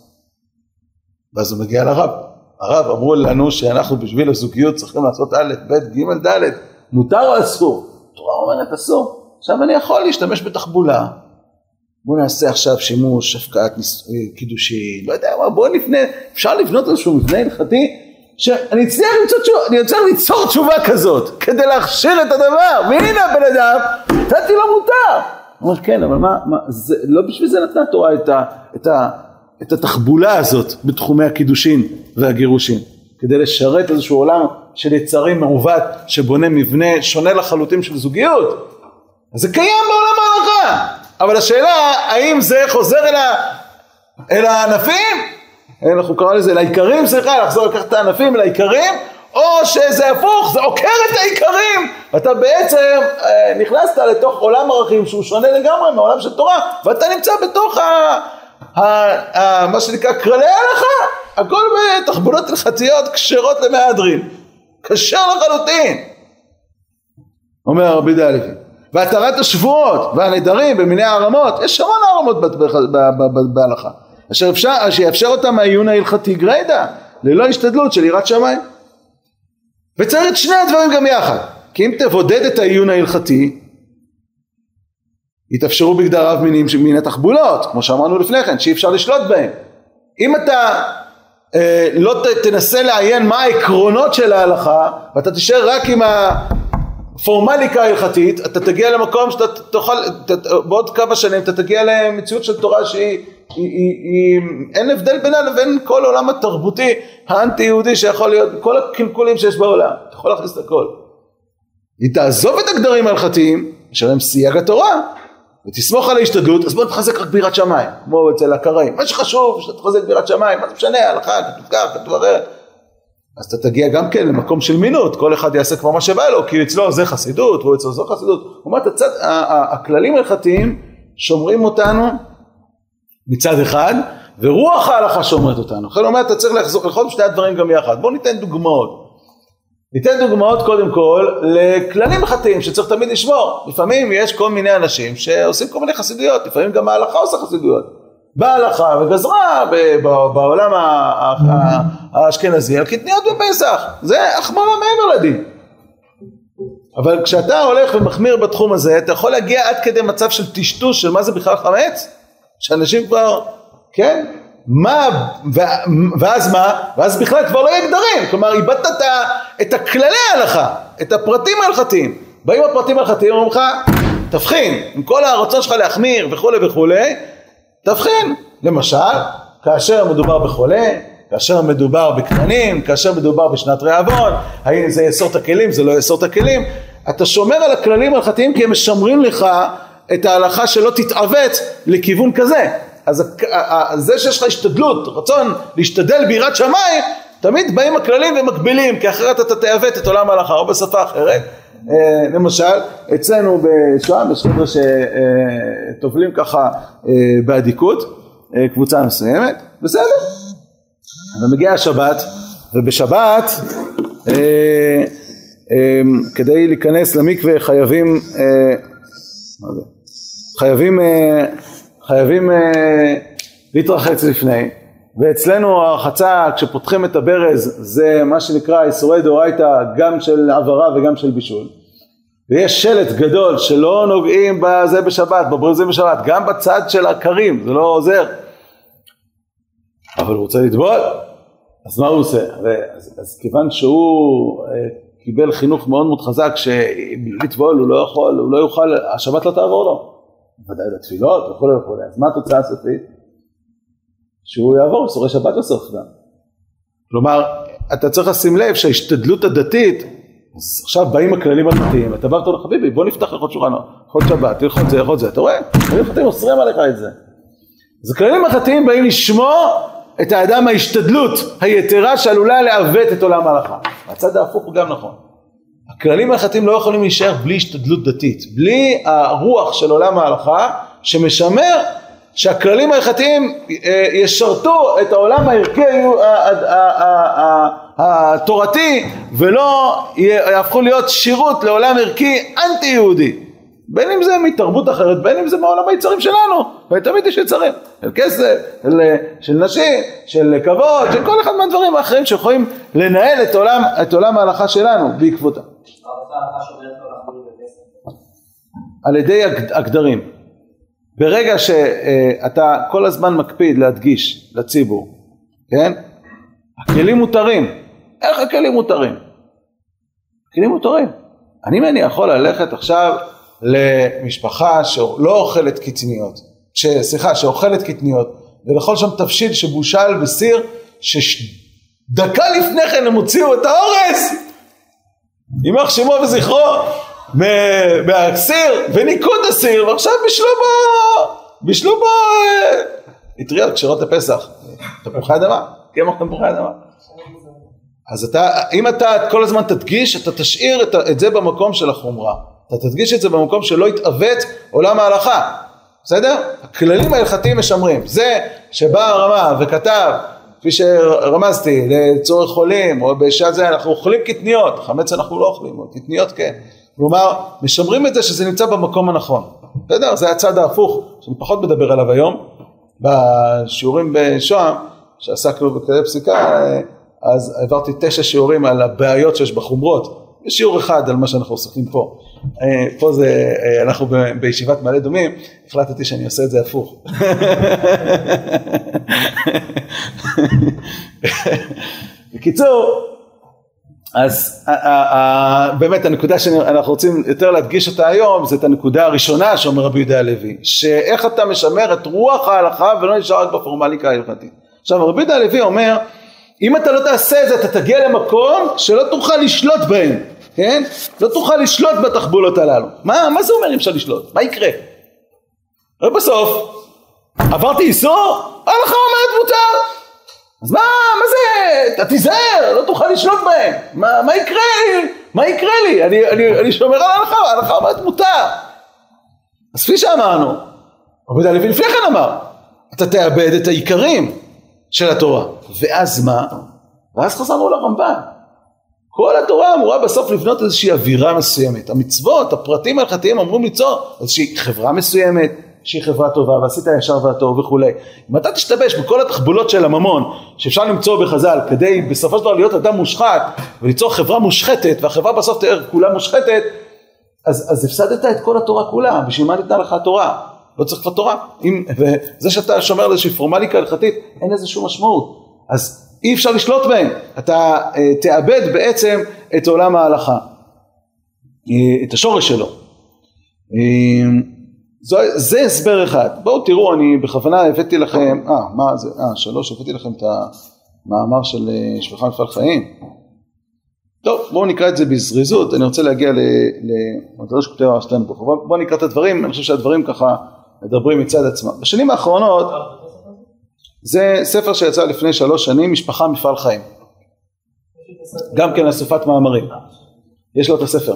ואז הוא מגיע לרב, הרב אמרו לנו שאנחנו בשביל הזוגיות צריכים לעשות א', ב', ג', ד', מותר או אסור? תורה אומרת אסור, עכשיו אני יכול להשתמש בתחבולה, בוא נעשה עכשיו שימוש, הפקעת קידושין, לא יודע, בוא נפנה, אפשר לבנות איזשהו מבנה הלכתי, שאני אצליח למצוא תשובה, אני אצליח ליצור תשובה כזאת, כדי להכשיר את הדבר, והנה הבן אדם, נתתי לו מותר. הוא אומר, כן, אבל מה, מה זה, לא בשביל זה נתנה תורה את, ה, את, ה, את התחבולה הזאת, בתחומי הקידושין והגירושין, כדי לשרת איזשהו עולם של יצרים מעוות, שבונה מבנה שונה לחלוטין של זוגיות. אז זה קיים בעולם ההלכה, אבל השאלה, האם זה חוזר אל, ה, אל הענפים? אנחנו קוראים לזה לעיקרים, סליחה, לחזור לקחת את הענפים לעיקרים, או שזה הפוך, זה עוקר את העיקרים, ואתה בעצם אה, נכנסת לתוך עולם ערכים שהוא שונה לגמרי מהעולם של תורה, ואתה נמצא בתוך ה, ה, ה, מה שנקרא כללי ההלכה, הכל בתחבולות הלכתיות כשרות למהדרין, כשר לחלוטין. אומר רבי יהודה הלוי. והתרת השבועות והנדרים במיני הערמות, יש המון הערמות בהלכה, אשר אפשר, שיאפשר אותם מהעיון ההלכתי גרידא, ללא השתדלות של יראת שמיים. וצריך את שני הדברים גם יחד, כי אם תבודד את העיון ההלכתי, יתאפשרו בגדריו מינים מן התחבולות, כמו שאמרנו לפני כן, שאי אפשר לשלוט בהם. אם אתה אה, לא ת, תנסה לעיין מה העקרונות של ההלכה, ואתה תשאר רק עם הפורמליקה ההלכתית, אתה תגיע למקום שאתה תוכל, ת, בעוד כמה שנים אתה תגיע למציאות של תורה שהיא, היא, היא, היא, אין הבדל בינה לבין כל העולם התרבותי האנטי יהודי שיכול להיות, כל הקלקולים שיש בעולם, אתה יכול להכניס את הכל. אם תעזוב את הגדרים ההלכתיים, אשר הם סייג התורה, ותסמוך על ההשתדלות, אז בוא נתחזק רק ביראת שמיים, כמו אצל הקראים. מה שחשוב, שאתה תחזק ביראת שמיים, מה זה משנה, הלכה, כתוב כך, כתוב אחרת. אז אתה תגיע גם כן למקום של מינות, כל אחד יעשה כבר מה שבא לו, כי אצלו זה חסידות, והוא אצלו זו חסידות. זאת אומרת, הצד, הכללים ההלכתיים שומרים אותנו מצד אחד, ורוח ההלכה שומרת אותנו. לכן אומר, אתה צריך לחזור שני הדברים גם יחד. בואו ניתן דוגמאות. ניתן דוגמאות קודם כל לכללים הלכתיים שצריך תמיד לשמור. לפעמים יש כל מיני אנשים שעושים כל מיני חסידויות, לפעמים גם ההלכה עושה חסידויות. בהלכה וגזרה בעולם האשכנזי על קטניות בפסח. זה החמרה מעבר לדין. אבל כשאתה הולך ומחמיר בתחום הזה, אתה יכול להגיע עד כדי מצב של טשטוש של מה זה בכלל חמץ, שאנשים כבר, כן? מה, ואז מה? ואז בכלל כבר לא יהיה גדרים, כלומר איבדת את הכללי ההלכה, את הפרטים ההלכתיים. באים הפרטים ההלכתיים אומרים לך, תבחין, עם כל הרצון שלך להחמיר וכו' וכו', תבחין, למשל, כאשר מדובר בחולה, כאשר מדובר בקטנים, כאשר מדובר בשנת רעבון, האם זה יאסור את הכלים, זה לא יאסור את הכלים, אתה שומר על הכללים ההלכתיים כי הם משמרים לך את ההלכה שלא תתעוות לכיוון כזה. אז זה שיש לך השתדלות, רצון להשתדל ביראת שמיים, תמיד באים הכללים ומקבילים, כי אחרת אתה תעוות את עולם ההלכה, או בשפה אחרת. למשל, אצלנו בשוהם, יש חבר'ה שטובלים ככה בעדיקות, קבוצה מסוימת, בסדר. ומגיעה השבת, ובשבת, כדי להיכנס למקווה חייבים, חייבים, חייבים להתרחץ לפני, ואצלנו הרחצה כשפותחים את הברז זה מה שנקרא איסורי דאורייתא, גם של עברה וגם של בישול, ויש שלט גדול שלא נוגעים בזה בשבת, בברזים בשבת, גם בצד של הקרים, זה לא עוזר, אבל הוא רוצה לטבול, אז מה הוא עושה? אז, אז כיוון שהוא קיבל חינוך מאוד מאוד חזק שלטבול הוא לא יכול, הוא לא יוכל, השבת לא תעבור לו, ודאי לתפילות וכו' וכו', אז מה התוצאה הסופית? שהוא יעבור איסורי שבת בסוף גם. כלומר, אתה צריך לשים לב שההשתדלות הדתית, אז עכשיו באים הכללים הדתיים, אתה בא אותו לחביבי, בוא נפתח לכל שולחן, לכל שבת, לכל זה, לכל זה, אתה רואה? הכללים הדתיים אוסרים עליך את זה. אז הכללים הדתיים באים לשמור את האדם ההשתדלות היתרה שעלולה לעוות את עולם ההלכה. הצד ההפוך הוא גם נכון. הכללים ההלכתיים לא יכולים להישאר בלי השתדלות דתית, בלי הרוח של עולם ההלכה שמשמר שהכללים ההלכתיים ישרתו את העולם הערכי התורתי ולא יהפכו להיות שירות לעולם ערכי אנטי יהודי, בין אם זה מתרבות אחרת, בין אם זה מעולם היצרים שלנו, ותמיד יש יצרים של כסף, של נשים, של כבוד, של כל אחד מהדברים האחרים שיכולים לנהל את עולם, את עולם ההלכה שלנו בעקבותה. על ידי הגדרים. ברגע שאתה כל הזמן מקפיד להדגיש לציבור, כן? הכלים מותרים. איך הכלים מותרים? הכלים מותרים. אני מני יכול ללכת עכשיו למשפחה שלא אוכלת קטניות, סליחה, שאוכלת קטניות, ולכל שם תבשיל שבושל בסיר, שדקה לפני כן הם הוציאו את האורס, יימח שמו וזכרו, מהסיר, וניקוד הסיר, ועכשיו בשלו בו, בשלו בו, הטריות קשרות לפסח, תפוחי אדמה, קמח תפוחי אדמה. אז אתה, אם אתה כל הזמן תדגיש, אתה תשאיר את, את זה במקום של החומרה, אתה תדגיש את זה במקום שלא יתעוות עולם ההלכה, בסדר? הכללים ההלכתיים משמרים, זה שבא הרמה וכתב, כפי שרמזתי, לצורך חולים, או בשעת זה אנחנו אוכלים קטניות, חמץ אנחנו לא אוכלים, או קטניות כן, כלומר, משמרים את זה שזה נמצא במקום הנכון. בסדר? זה הצד ההפוך, שאני פחות מדבר עליו היום, בשיעורים בשוהם, שעסקנו בכדי פסיקה, אז העברתי תשע שיעורים על הבעיות שיש בחומרות, ושיעור אחד על מה שאנחנו עוסקים פה. פה זה, אנחנו בישיבת מעלה אדומים, החלטתי שאני עושה את זה הפוך. בקיצור, אז באמת הנקודה שאנחנו רוצים יותר להדגיש אותה היום, זה את הנקודה הראשונה שאומר רבי יהודה הלוי, שאיך אתה משמר את רוח ההלכה ולא נשאר רק בפורמליקה ההלכתית. עכשיו רבי יהודה הלוי אומר, אם אתה לא תעשה את זה, אתה תגיע למקום שלא תוכל לשלוט בהם, כן? לא תוכל לשלוט בתחבולות הללו. מה, מה זה אומר אם אפשר לשלוט? מה יקרה? ובסוף, עברתי איסור, ההלכה אומרת מותר. אז מה, מה זה? אתה תיזהר, לא תוכל לשלוט בהם. מה, מה יקרה לי? מה יקרה לי? אני, אני, אני שומר על ההלכה, ההלכה אומרת מותר. אז כפי שאמרנו, רבי יהודה הלוי לפני כן אמר, אתה תאבד את העיקרים של התורה. ואז מה? ואז חזרנו לרמב"ן. כל התורה אמורה בסוף לבנות איזושהי אווירה מסוימת. המצוות, הפרטים ההלכתיים אמורים ליצור איזושהי חברה מסוימת, שהיא חברה טובה, ועשית הישר והטוב וכו'. אם אתה תשתבש בכל התחבולות של הממון, שאפשר למצוא בחז"ל, כדי בסופו של דבר להיות אדם מושחת, וליצור חברה מושחתת, והחברה בסוף תהיה כולה מושחתת, אז, אז הפסדת את כל התורה כולה. בשביל מה ניתנה לך התורה? לא צריך כבר תורה. אם, וזה שאתה שומר על איזושהי פורמליקה הלכתית, אין איזה שום משמעות. אז אי אפשר לשלוט בהם. אתה uh, תאבד בעצם את עולם ההלכה, uh, את השורש שלו. Uh, זה, זה הסבר אחד. בואו תראו, אני בכוונה הבאתי לכם, אה, מה זה, אה, שלוש, הבאתי לכם את המאמר של uh, שפחה מפעל חיים. טוב, בואו נקרא את זה בזריזות, אני רוצה להגיע למדרש כותב הרב שטיינבוך. בואו נקרא את הדברים, אני חושב שהדברים ככה מדברים מצד עצמם. בשנים האחרונות, זה ספר שיצא לפני שלוש שנים, משפחה מפעל חיים. גם כן אסופת מאמרים. יש לו את הספר.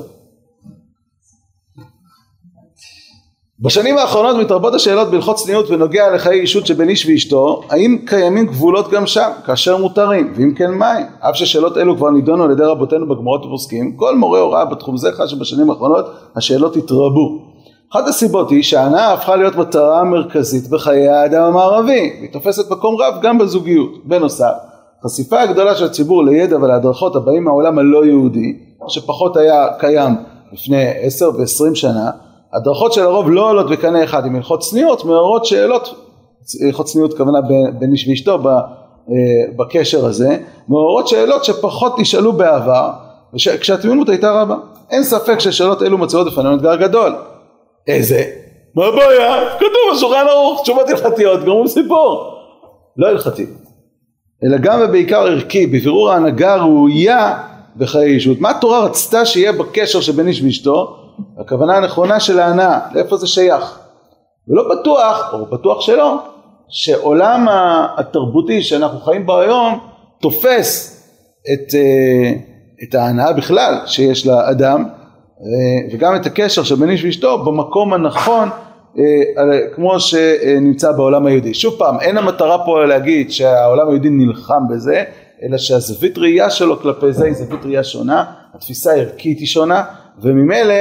בשנים האחרונות מתרבות השאלות בהלכות צניעות בנוגע לחיי אישות שבין איש ואשתו, האם קיימים גבולות גם שם, כאשר מותרים, ואם כן מים. אף ששאלות אלו כבר נידונו על ידי רבותינו בגמרות ופוסקים, כל מורה הוראה בתחום זה חש שבשנים האחרונות השאלות התרבו. אחת הסיבות היא שההנאה הפכה להיות מטרה מרכזית בחיי האדם המערבי, והיא תופסת מקום רב גם בזוגיות. בנוסף, חשיפה הגדולה של הציבור לידע ולהדרכות הבאים מהעולם הלא יהודי, שפחות היה קיים לפני עשר ועשרים שנה, הדרכות של הרוב לא עולות בקנה אחד עם הלכות צניעות, מעוררות שאלות, הלכות צניעות כוונה בין איש ואשתו בקשר הזה, מעוררות שאלות שפחות נשאלו בעבר, כשהתמימות הייתה רבה. אין ספק ששאלות אלו מציבות בפנינו אתגר גדול. איזה? מה הבעיה? כתוב בשולחן ערוך, תשובות הלכתיות, גמרו סיפור. לא הלכתי, אלא גם ובעיקר ערכי, בבירור ההנהגה הראויה בחיי אישות. מה התורה רצתה שיהיה בקשר שבין איש ואשתו? הכוונה הנכונה של ההנאה, לאיפה זה שייך? ולא בטוח, או בטוח שלא, שעולם התרבותי שאנחנו חיים בו היום, תופס את, את ההנאה בכלל שיש לאדם, וגם את הקשר של בין איש ואשתו במקום הנכון, כמו שנמצא בעולם היהודי. שוב פעם, אין המטרה פה להגיד שהעולם היהודי נלחם בזה, אלא שהזווית ראייה שלו כלפי זה היא זווית ראייה שונה, התפיסה הערכית היא שונה, וממילא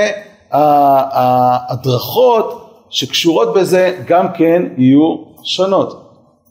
ההדרכות שקשורות בזה גם כן יהיו שונות.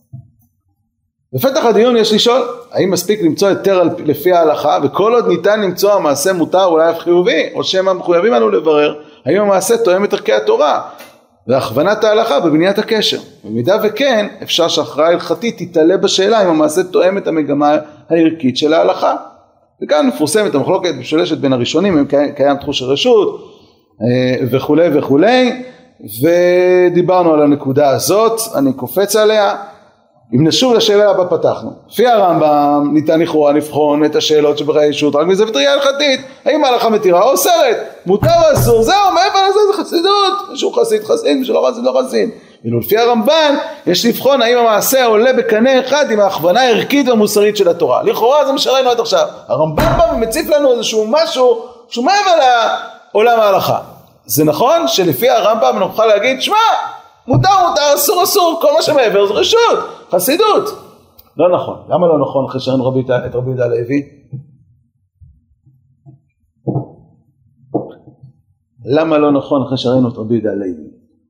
בפתח הדיון יש לשאול, האם מספיק למצוא יותר לפי ההלכה, וכל עוד ניתן למצוא המעשה מותר אולי אף חיובי, או שהם מחויבים לנו לברר, האם המעשה תואם את ערכי התורה, והכוונת ההלכה בבניית הקשר. במידה וכן, אפשר שהכרעה הלכתית תתעלה בשאלה אם המעשה תואם את המגמה הערכית של ההלכה. וכאן מפורסמת המחלוקת משולשת בין הראשונים, אם קיים תחוש הרשות, וכו' וכו'. ודיברנו על הנקודה הזאת, אני קופץ עליה. אם נשוב לשאלה הבאה פתחנו, לפי הרמב"ם ניתן לכאורה לבחון את השאלות שבחיי אישות רק מזווית ראייה הלכתית, האם ההלכה מתירה או אוסרת, מותר או אסור, זהו, מעבר לזה זה חסידות, מישהו חסיד חסיד, מישהו לא חסיד לא חסיד. ואילו לפי הרמב"ן יש לבחון האם המעשה עולה בקנה אחד עם ההכוונה הערכית והמוסרית של התורה. לכאורה זה משרנו עד עכשיו, הרמב"ם בא ומציף לנו איזשהו משהו שהוא מעבר לעולם ההלכה. זה נכון שלפי הרמב"ם נוכל להגיד, שמע, מותר, מותר, אסור, אסור, כל מה שמעבר זה רשות, חסידות. לא נכון. למה לא נכון אחרי שראינו את רבי יהודה הלוי? למה לא נכון אחרי שראינו את רבי יהודה הלוי?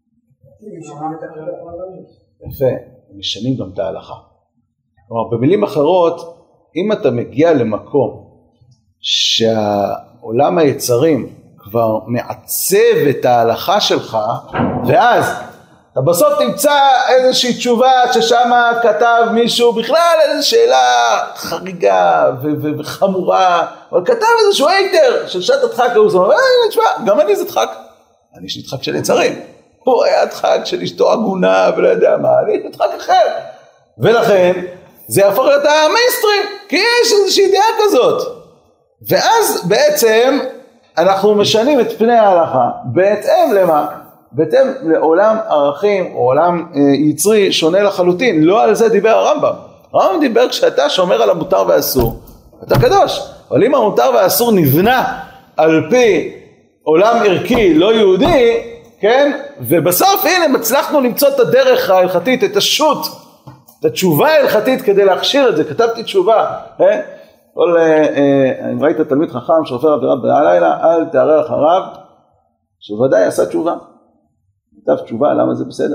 יפה, הם משנים גם את ההלכה. כלומר, במילים אחרות, אם אתה מגיע למקום שהעולם היצרים כבר מעצב את ההלכה שלך, ואז אתה בסוף תמצא איזושהי תשובה ששם כתב מישהו בכלל איזו שאלה חריגה ו- ו- וחמורה, אבל כתב איזשהו היתר של שעת הדחק, הוא אומר, תשמע, גם אני זה דחק, אני יש לי דחק של יצרים, הוא היה דחק של אשתו עגונה ולא יודע מה, אני יש לי דחק אחר, ולכן זה יהפוך להיות המיינסטרים, כי יש איזושהי דעה כזאת, ואז בעצם אנחנו משנים את פני ההלכה בהתאם למה? בהתאם לעולם ערכים או עולם יצרי שונה לחלוטין. לא על זה דיבר הרמב"ם. הרמב"ם דיבר כשאתה שומר על המותר והאסור, אתה קדוש. אבל אם המותר והאסור נבנה על פי עולם ערכי לא יהודי, כן? ובסוף הנה הצלחנו למצוא את הדרך ההלכתית, את השו"ת, את התשובה ההלכתית כדי להכשיר את זה. כתבתי תשובה, כן? כל, אם ראית תלמיד חכם שעובר עבירה בלילה, אל תערער אחריו, שוודאי עשה תשובה. כתב תשובה, למה זה בסדר?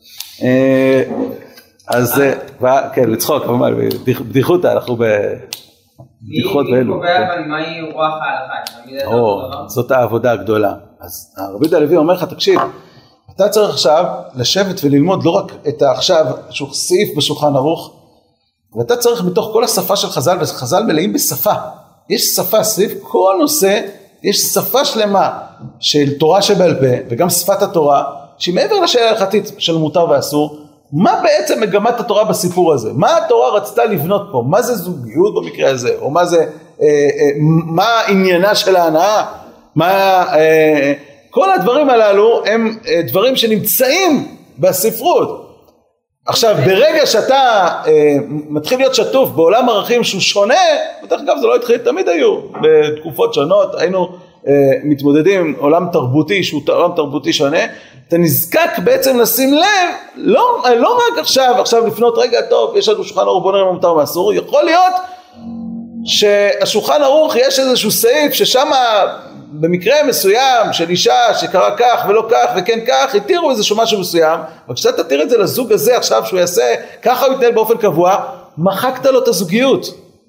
אז, כן, לצחוק, בדיחותה, אנחנו בדיחות ואלו. מי קובע אבל מהי רוח ההלכה? זאת העבודה הגדולה. אז הרבי יהודה הלוי אומר לך, תקשיב, אתה צריך עכשיו לשבת וללמוד לא רק את עכשיו סעיף בשולחן ערוך, ואתה צריך מתוך כל השפה של חז"ל, וחז"ל מלאים בשפה. יש שפה סביב כל נושא, יש שפה שלמה של תורה שבעל פה, וגם שפת התורה, שהיא מעבר לשאלה ההלכתית של מותר ואסור. מה בעצם מגמת התורה בסיפור הזה? מה התורה רצתה לבנות פה? מה זה זוגיות במקרה הזה? או מה זה, אה, אה, מה עניינה של ההנאה? מה, אה, כל הדברים הללו הם אה, דברים שנמצאים בספרות. עכשיו, ברגע שאתה אה, מתחיל להיות שטוף בעולם ערכים שהוא שונה, בטח אגב זה לא התחיל, תמיד היו בתקופות שונות, היינו אה, מתמודדים עם עולם תרבותי שהוא עולם תרבותי שונה, אתה נזקק בעצם לשים לב, לא, לא רק עכשיו, עכשיו לפנות רגע טוב, יש לנו שולחן ערוך בוא נראה מה מותר ואסור, יכול להיות שהשולחן ערוך יש איזשהו סעיף ששם במקרה מסוים של אישה שקרה כך ולא כך וכן כך, התירו איזשהו משהו מסוים, וכשאתה תתיר את זה לזוג הזה עכשיו שהוא יעשה, ככה הוא יתנהל באופן קבוע, מחקת לו את הזוגיות.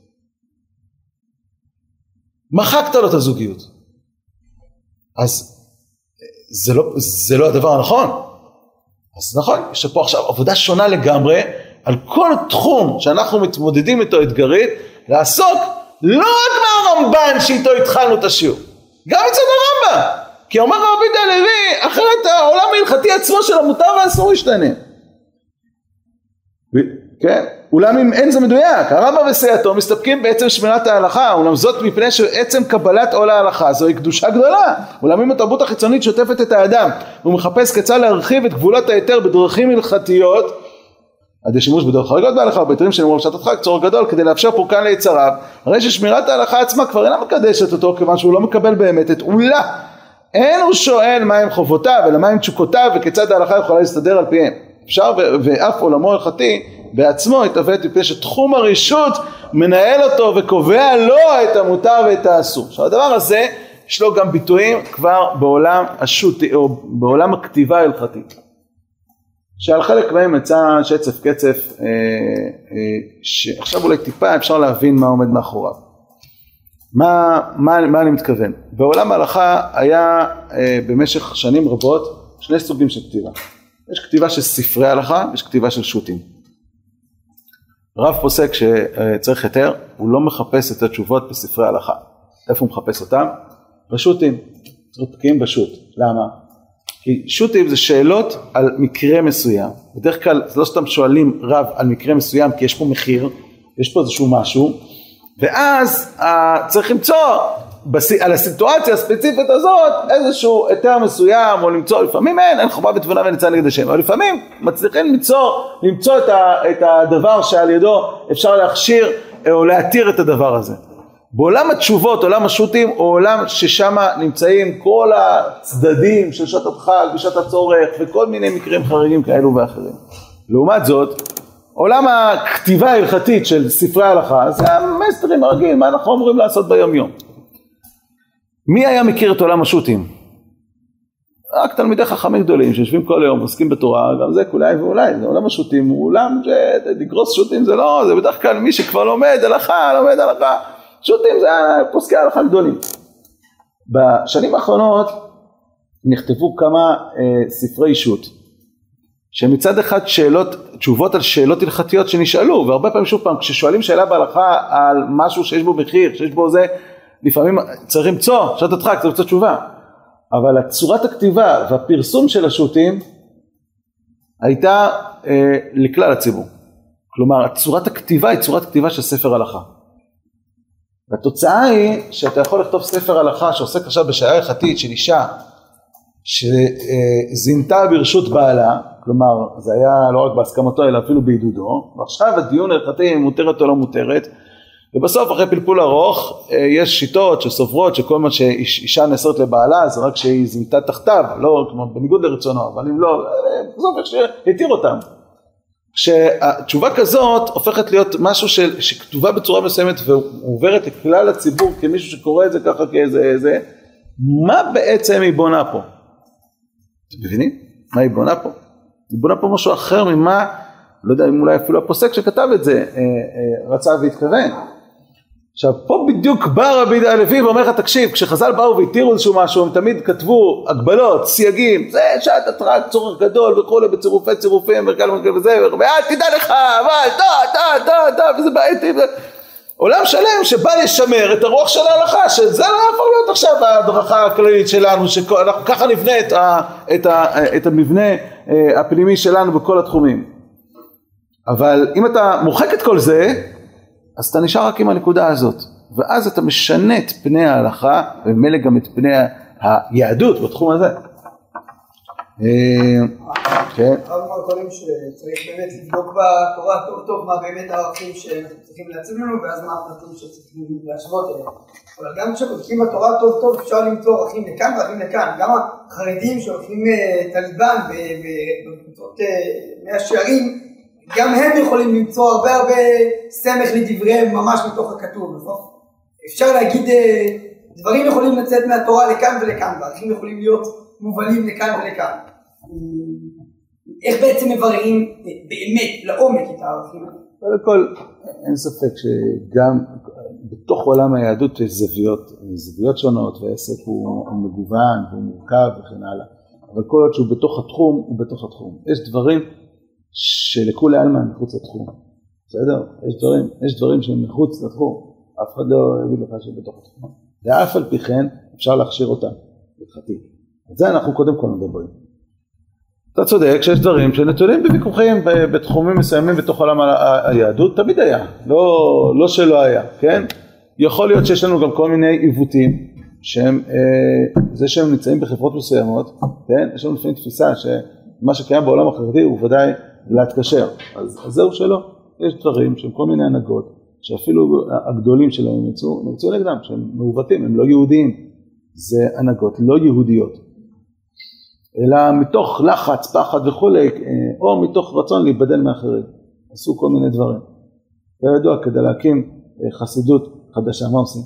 מחקת לו את הזוגיות. אז זה לא, זה לא הדבר הנכון. אז נכון, יש פה עכשיו עבודה שונה לגמרי, על כל תחום שאנחנו מתמודדים איתו אתגרית, לעסוק לא רק מהרמב"ן שאיתו התחלנו את השיעור, גם אצל הרמב"ם, כי אומר רבי יהודה הלוי, אחרת העולם ההלכתי עצמו של המותר והאסור ישתנה. כן? אולם אם אין זה מדויק, הרמב"ם וסייעתו מסתפקים בעצם שמירת ההלכה, אולם זאת מפני שעצם קבלת עול ההלכה זוהי קדושה גדולה. אולם אם התרבות החיצונית שוטפת את האדם, הוא מחפש כיצד להרחיב את גבולות היתר בדרכים הלכתיות, עד שימוש בדרך חריגות בהלכה ובהיתרים שנאמרו בשעת הדחק צורך גדול כדי לאפשר פורקן ליצריו, הרי ששמירת ההלכה עצמה כבר אינה מקדשת אותו, כיוון שהוא לא מקבל באמת את עולה. אין הוא שואל מהם חובותיו אלא מהם תשוקותיו וכיצד ההלכה יכולה להסתדר על פיהם. אפשר ואף עולמו הלכתי בעצמו התעוות מפני שתחום הרשות מנהל אותו וקובע לו את המותר ואת האסור. עכשיו הדבר הזה יש לו גם ביטויים כבר בעולם השו"ת או בעולם הכתיבה ההלכתית, שעל חלק מהם יצא שצף קצף, אה, אה, שעכשיו אולי טיפה אפשר להבין מה עומד מאחוריו. מה, מה, מה אני מתכוון? בעולם ההלכה היה אה, במשך שנים רבות שני סוגים של כתיבה. יש כתיבה של ספרי הלכה, יש כתיבה של שו"תים. רב פוסק שצריך היתר, הוא לא מחפש את התשובות בספרי הלכה. איפה הוא מחפש אותם? בשו"תים. צריך פקיעים בשו"ת. למה? כי שו"תים זה שאלות על מקרה מסוים. בדרך כלל זה לא סתם שואלים רב על מקרה מסוים, כי יש פה מחיר, יש פה איזשהו משהו, ואז צריך למצוא על הסיטואציה הספציפית הזאת איזשהו היתר מסוים, או למצוא, לפעמים אין, אין חובה בתבונה וניצן נגד השם, אבל לפעמים מצליחים למצוא, למצוא את, ה, את הדבר שעל ידו אפשר להכשיר או להתיר את הדבר הזה. בעולם התשובות, עולם השו"תים, הוא עולם ששם נמצאים כל הצדדים של שעת הדחק ושעת הצורך וכל מיני מקרים חריגים כאלו ואחרים. לעומת זאת, עולם הכתיבה ההלכתית של ספרי ההלכה, זה המיינסטרים הרגיל, מה אנחנו אמורים לעשות ביום יום. מי היה מכיר את עולם השו"תים? רק תלמידי חכמים גדולים שיושבים כל היום, עוסקים בתורה, גם זה כולי ואולי, זה עולם השוטים, הוא עולם שדגרוס שוטים זה לא, זה בדרך כלל מי שכבר לומד הלכה, לומד הלכה, שוטים זה פוסקי הלכה גדולים. בשנים האחרונות נכתבו כמה אה, ספרי שוט, שמצד אחד שאלות, תשובות על שאלות הלכתיות שנשאלו, והרבה פעמים שוב פעם, כששואלים שאלה בהלכה על משהו שיש בו מחיר, שיש בו זה, לפעמים צריך למצוא, שעת הדחק, צריך למצוא תשובה. אבל הצורת הכתיבה והפרסום של השוטים הייתה אה, לכלל הציבור. כלומר, צורת הכתיבה היא צורת כתיבה של ספר הלכה. והתוצאה היא שאתה יכול לכתוב ספר הלכה שעוסק עכשיו בשעה הלכתית של אישה שזינתה ברשות בעלה, כלומר זה היה לא רק בהסכמתו אלא אפילו בעידודו, ועכשיו הדיון ההלכתי מותרת או לא מותרת, ובסוף אחרי פלפול ארוך יש שיטות שסוברות שכל מה שאישה נאסרת לבעלה זה רק שהיא זינתה תחתיו, לא כמו בניגוד לרצונו, אבל אם לא, בסוף איך שהתיר אותם. כשהתשובה כזאת הופכת להיות משהו של, שכתובה בצורה מסוימת ועוברת לכלל הציבור כמישהו שקורא את זה ככה כאיזה איזה, מה בעצם היא בונה פה? אתם מבינים? מה היא בונה פה? היא בונה פה משהו אחר ממה, לא יודע אם אולי אפילו הפוסק שכתב את זה רצה והתכוון. עכשיו פה בדיוק בא רבי יהודה הלוי ואומר לך תקשיב, כשחז"ל באו והתירו איזשהו משהו הם תמיד כתבו הגבלות, סייגים, זה שעת התראה, צורך גדול וכולי בצירופי צירופים מרכל מרכל וזה, ואל תדע לך, אבל טוב טוב טוב טוב וזה בעייתי, עולם שלם שבא לשמר את הרוח של ההלכה, שזה לא יכול להיות עכשיו ההדרכה הכללית שלנו, שאנחנו ככה נבנה את, ה, את, ה, את המבנה הפנימי שלנו בכל התחומים. אבל אם אתה מוחק את כל זה, אז אתה נשאר רק עם הנקודה הזאת, ואז אתה משנה את פני ההלכה, וממילא גם את פני היהדות בתחום הזה. כן. הרב אמר קודם שצריך באמת לבדוק בתורה טוב טוב מה באמת הערכים שאנחנו צריכים להציב לנו, ואז מה הפרטים שצריכים להשוות אליהם. אבל גם כשבודקים בתורה טוב טוב אפשר למצוא ערכים לכאן וערכים לכאן. גם החרדים שהולכים טליבן בקבוצות מאה שערים, גם הם יכולים למצוא הרבה הרבה סמך לדבריהם ממש מתוך הכתוב. בסוף אפשר להגיד דברים יכולים לצאת מהתורה לכאן ולכאן, וערכים יכולים להיות מובלים לכאן ולכאן. איך בעצם מבררים באמת לעומק את הערכים? קודם כל, אין ספק שגם בתוך עולם היהדות יש זוויות, זוויות שונות, והעסק הוא מגוון, הוא מורכב וכן הלאה. אבל כל עוד שהוא בתוך התחום, הוא בתוך התחום. יש דברים שלכולי עלמא מחוץ לתחום. בסדר? יש דברים, יש דברים שהם מחוץ לתחום. אף אחד לא יגיד לך שבתוך התחום. ואף על פי כן אפשר להכשיר אותם. הלכתית. על זה אנחנו קודם כל מדברים. אתה צודק שיש דברים שנתונים בוויכוחים בתחומים מסוימים בתוך עולם היהדות, תמיד היה, לא, לא שלא היה, כן? יכול להיות שיש לנו גם כל מיני עיוותים, שהם, אה, זה שהם נמצאים בחברות מסוימות, כן? יש לנו לפעמים תפיסה שמה שקיים בעולם החרדי הוא ודאי להתקשר, אז, אז זהו שלא. יש דברים שהם כל מיני הנהגות, שאפילו הגדולים שלהם יצאו, יצאו נגדם, שהם מעוותים, הם לא יהודיים, זה הנהגות לא יהודיות. אלא מתוך לחץ, פחד וכולי, או מתוך רצון להיבדל מאחרים. עשו כל מיני דברים. כידוע, כדי להקים חסידות חדשה, מה עושים?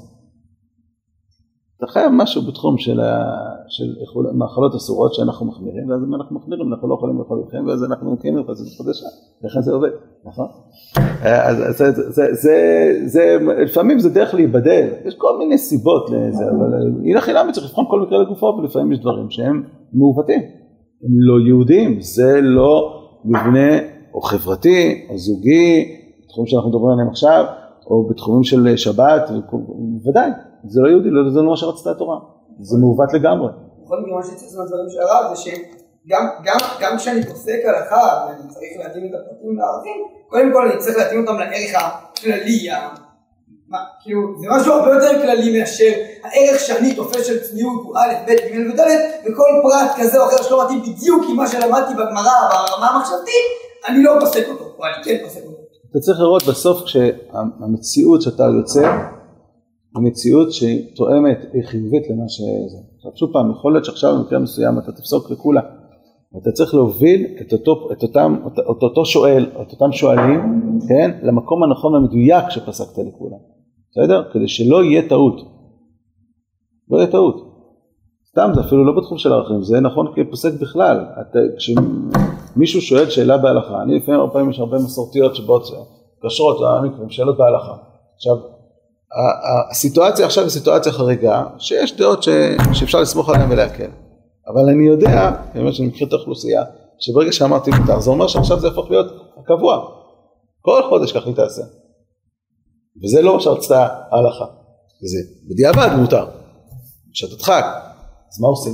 אתה חייב משהו בתחום של, של מאכלות אסורות שאנחנו מחמירים, ואז אם אנחנו מחמירים, אנחנו לא יכולים לאכול איתכם, ואז אנחנו מקימים חסידות חדשה. לכן זה עובד, נכון? אז זה, זה, זה, זה, לפעמים זה דרך להיבדל. יש כל מיני סיבות לזה, אבל הנה חינם צריך לבחון כל מקרה לגופו, ולפעמים יש דברים שהם מעוותים. הם לא יהודים, זה לא מבנה או חברתי או זוגי, בתחום שאנחנו מדברים עליהם עכשיו, או בתחומים של שבת, ודאי, זה לא יהודי, זה לא מה שרצתה התורה, זה מעוות לגמרי. בכל מקרה, מה שצריך לעשות דברים של הרב, זה שגם כשאני פוסק הלכה, ואני צריך להתאים את הפרטים לערכים, קודם כל אני צריך להתאים אותם לערך הכללי, כאילו, זה משהו הרבה יותר כללי מאשר הערך שאני תופס של צניעות הוא א', ב', ג' וד', וכל פרט כזה או אחר שלא מתאים בדיוק עם מה שלמדתי בגמרא, ברמה המחשבתית, אני לא פוסק אותו, או אני כן פוסק אותו. אתה צריך לראות בסוף כשהמציאות שאתה יוצר, המציאות שהיא תואמת, היא חיובית למה שזה. עכשיו שוב פעם, יכול להיות שעכשיו במקרה מסוים אתה תפסוק לכולה, ואתה צריך להוביל את אותו, את אותם, את אותו שואל, את אותם שואלים, כן, למקום הנכון המדויק שפסקת לכולה. בסדר? כדי שלא יהיה טעות. לא יהיה טעות. סתם, זה אפילו לא בתחום של הערכים, זה נכון כפוסק בכלל. אתה, כשמישהו שואל שאלה בהלכה, אני לפעמים הרבה פעמים יש הרבה מסורתיות שבאות קשרות, שאלות בהלכה. עכשיו, הסיטואציה עכשיו היא סיטואציה חריגה, שיש דעות ש, שאפשר לסמוך עליהן ולהקל. אבל אני יודע, באמת שאני מכיר את האוכלוסייה, שברגע שאמרתי מותר, זה אומר שעכשיו זה הפוך להיות הקבוע. כל חודש כך היא תעשה. וזה לא מה שרצתה ההלכה. וזה בדיעבד מותר. כשתדחק, אז מה עושים?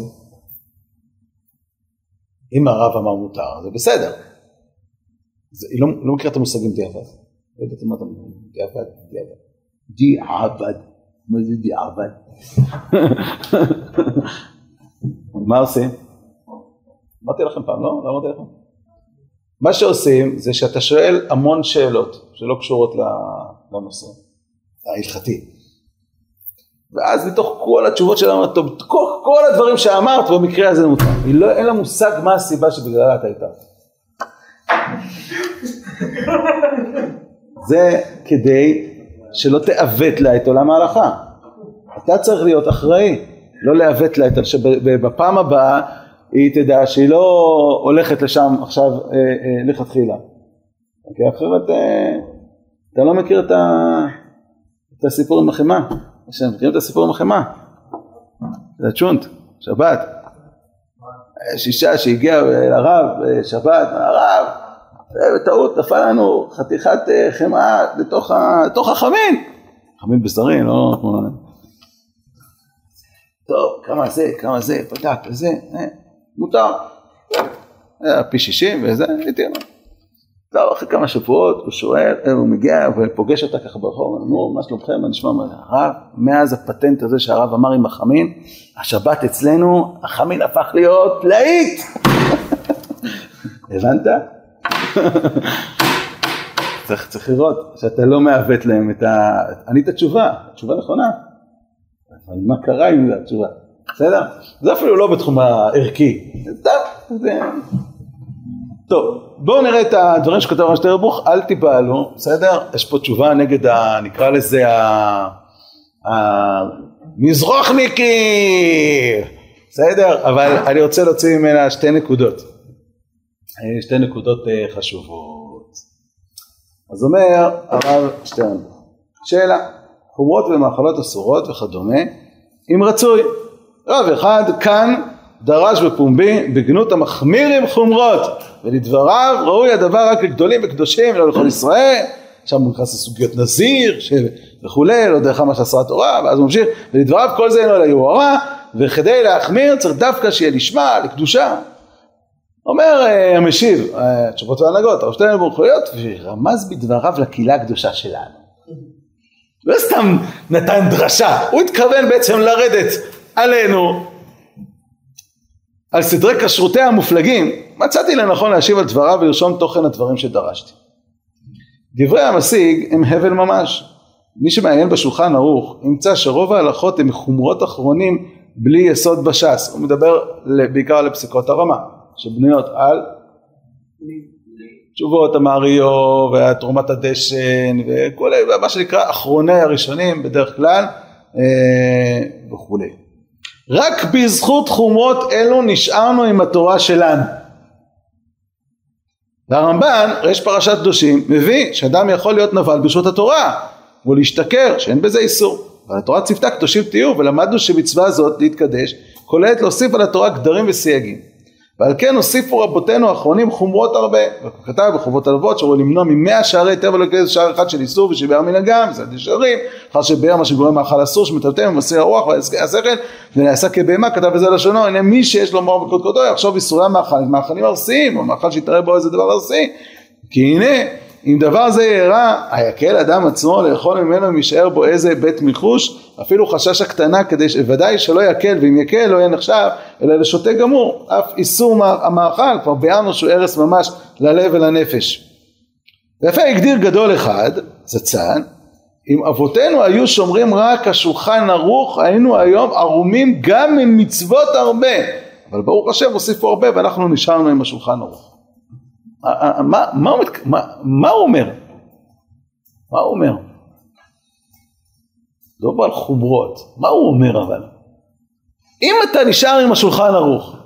אם הרב אמר מותר, זה בסדר. זה, היא לא, לא מכירה את המושגים דיעבד. לא יודעת מה אתה אומר, דיעבד, דיעבד. דיעבד. מה זה דיעבד? מה עושים? אמרתי לכם פעם, לא? לא אמרתי לכם. מה שעושים זה שאתה שואל המון שאלות שלא קשורות לנושא ההלכתי. ואז מתוך כל התשובות שלה אמרת, טוב, כל, כל הדברים שאמרת במקרה הזה מותר. היא לא, אין לה מושג מה הסיבה שבגללה אתה הייתה. זה כדי שלא תעוות לה את עולם ההלכה. אתה צריך להיות אחראי, לא לעוות לה את, שבפעם הבאה היא תדע שהיא לא הולכת לשם עכשיו אה, אה, לכתחילה. כי אחרת אה, אתה לא מכיר את, ה, את הסיפור עם החמה. אתם מכירים את הסיפור עם החמה? זה צ'ונט, שבת. יש אישה שהגיעה לרב שבת, הרב, בטעות נפל לנו חתיכת חמאה לתוך, לתוך החמין. חמין בשרי, לא כמו נעלם. טוב, כמה זה, כמה זה, פתק, וזה, מותר. פי שישים וזה, הייתי אומר. טוב, אחרי כמה שבועות, הוא שואל, הוא מגיע ופוגש אותה ככה ברחוב, נו, מה שלומכם, אני נשמע מה, הרב, מאז הפטנט הזה שהרב אמר עם החמין, השבת אצלנו, החמין הפך להיות להיט. הבנת? צריך, צריך לראות שאתה לא מעוות להם את ה... ענית התשובה, התשובה נכונה. אבל מה קרה עם זה התשובה? בסדר? זה אפילו לא בתחום הערכי. טוב, זה... טוב, בואו נראה את הדברים שכותב הרב שטרבוך, אל תיבהלו, בסדר? יש פה תשובה נגד, ה, נקרא לזה, המזרוחניקי, בסדר? אבל אני רוצה להוציא ממנה שתי נקודות, שתי נקודות חשובות. אז אומר הרב שטרבוך, שאלה, חומרות ומאכלות אסורות וכדומה, אם רצוי, רב אחד כאן, דרש בפומבי בגנות המחמיר עם חומרות, ולדבריו ראוי הדבר רק לגדולים וקדושים ולא לכל ישראל. שם הוא נכנס לסוגיות נזיר וכולי, לא דרך מה שעשה התורה, ואז הוא ממשיך, ולדבריו כל זה אינו אלא יוהרה, וכדי להחמיר צריך דווקא שיהיה לשמה, לקדושה. אומר המשיב, תשובות והנהגות, הרב שטרבוך, ורמז בדבריו לקהילה הקדושה שלנו. לא סתם נתן דרשה, הוא התכוון בעצם לרדת עלינו, על סדרי כשרותיה המופלגים. מצאתי לנכון להשיב על דבריו ולרשום תוכן הדברים שדרשתי. דברי המשיג הם הבל ממש. מי שמעיין בשולחן ערוך ימצא שרוב ההלכות הם חומרות אחרונים בלי יסוד בש"ס. הוא מדבר בעיקר על פסיקות הרמה, שבנויות על תשובות המאריו והתרומת הדשן וכל מה שנקרא אחרוני הראשונים בדרך כלל וכו'. רק בזכות חומרות אלו נשארנו עם התורה שלנו. והרמב"ן, ראש פרשת קדושים, מביא שאדם יכול להיות נבל ברשות התורה ולהשתכר, שאין בזה איסור. אבל התורה צפתה קדושים תהיו, ולמדנו שמצווה זאת להתקדש כוללת להוסיף על התורה גדרים וסייגים. ועל כן הוסיפו רבותינו האחרונים חומרות הרבה, וכתב בחובות הלוות שאומרו למנוע ממאה שערי טבע לכזה שער אחד של איסור ושבער מנהגם, זה דשרים, אחר שבער מה שגורם מאכל אסור שמטלטל ממסיר הרוח והשכל ונעשה כבהמה, כתב בזה לשונו, הנה מי שיש לו מור בקודקודו יחשוב איסורי מאכל, מאכלים ארסיים או מאכל שיתראה בו איזה דבר ארסי, כי הנה אם דבר זה יראה, היקל אדם עצמו לאכול ממנו אם יישאר בו איזה בית מיחוש, אפילו חשש הקטנה כדי שוודאי שלא יקל, ואם יקל לא יהיה נחשב, אלא לשוטה גמור, אף איסור המאכל, כבר ביארנו שהוא ערס ממש ללב ולנפש. ויפה הגדיר גדול אחד, זצ"ל, אם אבותינו היו שומרים רק השולחן ערוך, היינו היום ערומים גם עם מצוות הרבה, אבל ברוך השם הוסיפו הרבה ואנחנו נשארנו עם השולחן ערוך. מה, מה, מה, מה הוא אומר? מה הוא אומר? לא בעל חומרות, מה הוא אומר אבל? אם אתה נשאר עם השולחן ערוך,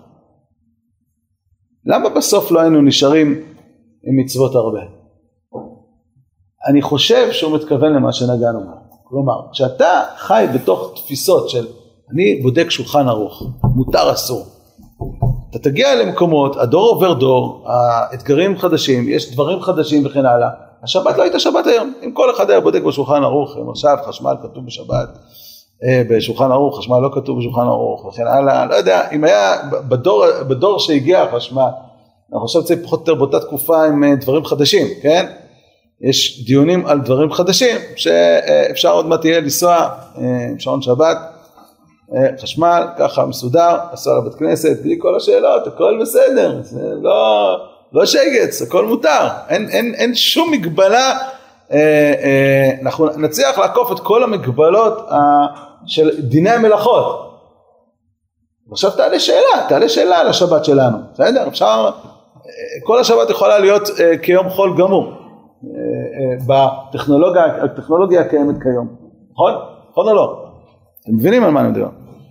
למה בסוף לא היינו נשארים עם מצוות הרבה? אני חושב שהוא מתכוון למה שנגענו בו. כלומר, כשאתה חי בתוך תפיסות של אני בודק שולחן ערוך, מותר אסור, אתה תגיע למקומות, הדור עובר דור, האתגרים חדשים, יש דברים חדשים וכן הלאה. השבת לא הייתה שבת היום. אם כל אחד היה בודק בשולחן ערוך, אם עכשיו חשמל כתוב בשבת, בשולחן ערוך, חשמל לא כתוב בשולחן ערוך וכן הלאה, לא יודע, אם היה בדור, בדור שהגיע החשמל, אנחנו עכשיו צריך פחות יותר באותה תקופה עם דברים חדשים, כן? יש דיונים על דברים חדשים, שאפשר עוד מעט תהיה לנסוע עם שעון שבת, חשמל, ככה מסודר, עשה לבית כנסת, בלי כל השאלות, הכל בסדר, זה לא, לא שגץ, הכל מותר, אין, אין, אין שום מגבלה, אה, אה, אנחנו נצליח לעקוף את כל המגבלות אה, של דיני המלאכות. עכשיו תעלה שאלה, תעלה שאלה על השבת שלנו, בסדר? אפשר, אה, כל השבת יכולה להיות אה, כיום חול גמור, אה, אה, בטכנולוגיה, הטכנולוגיה הקיימת כיום, נכון? נכון או לא? אתם מבינים על מה אני מדבר?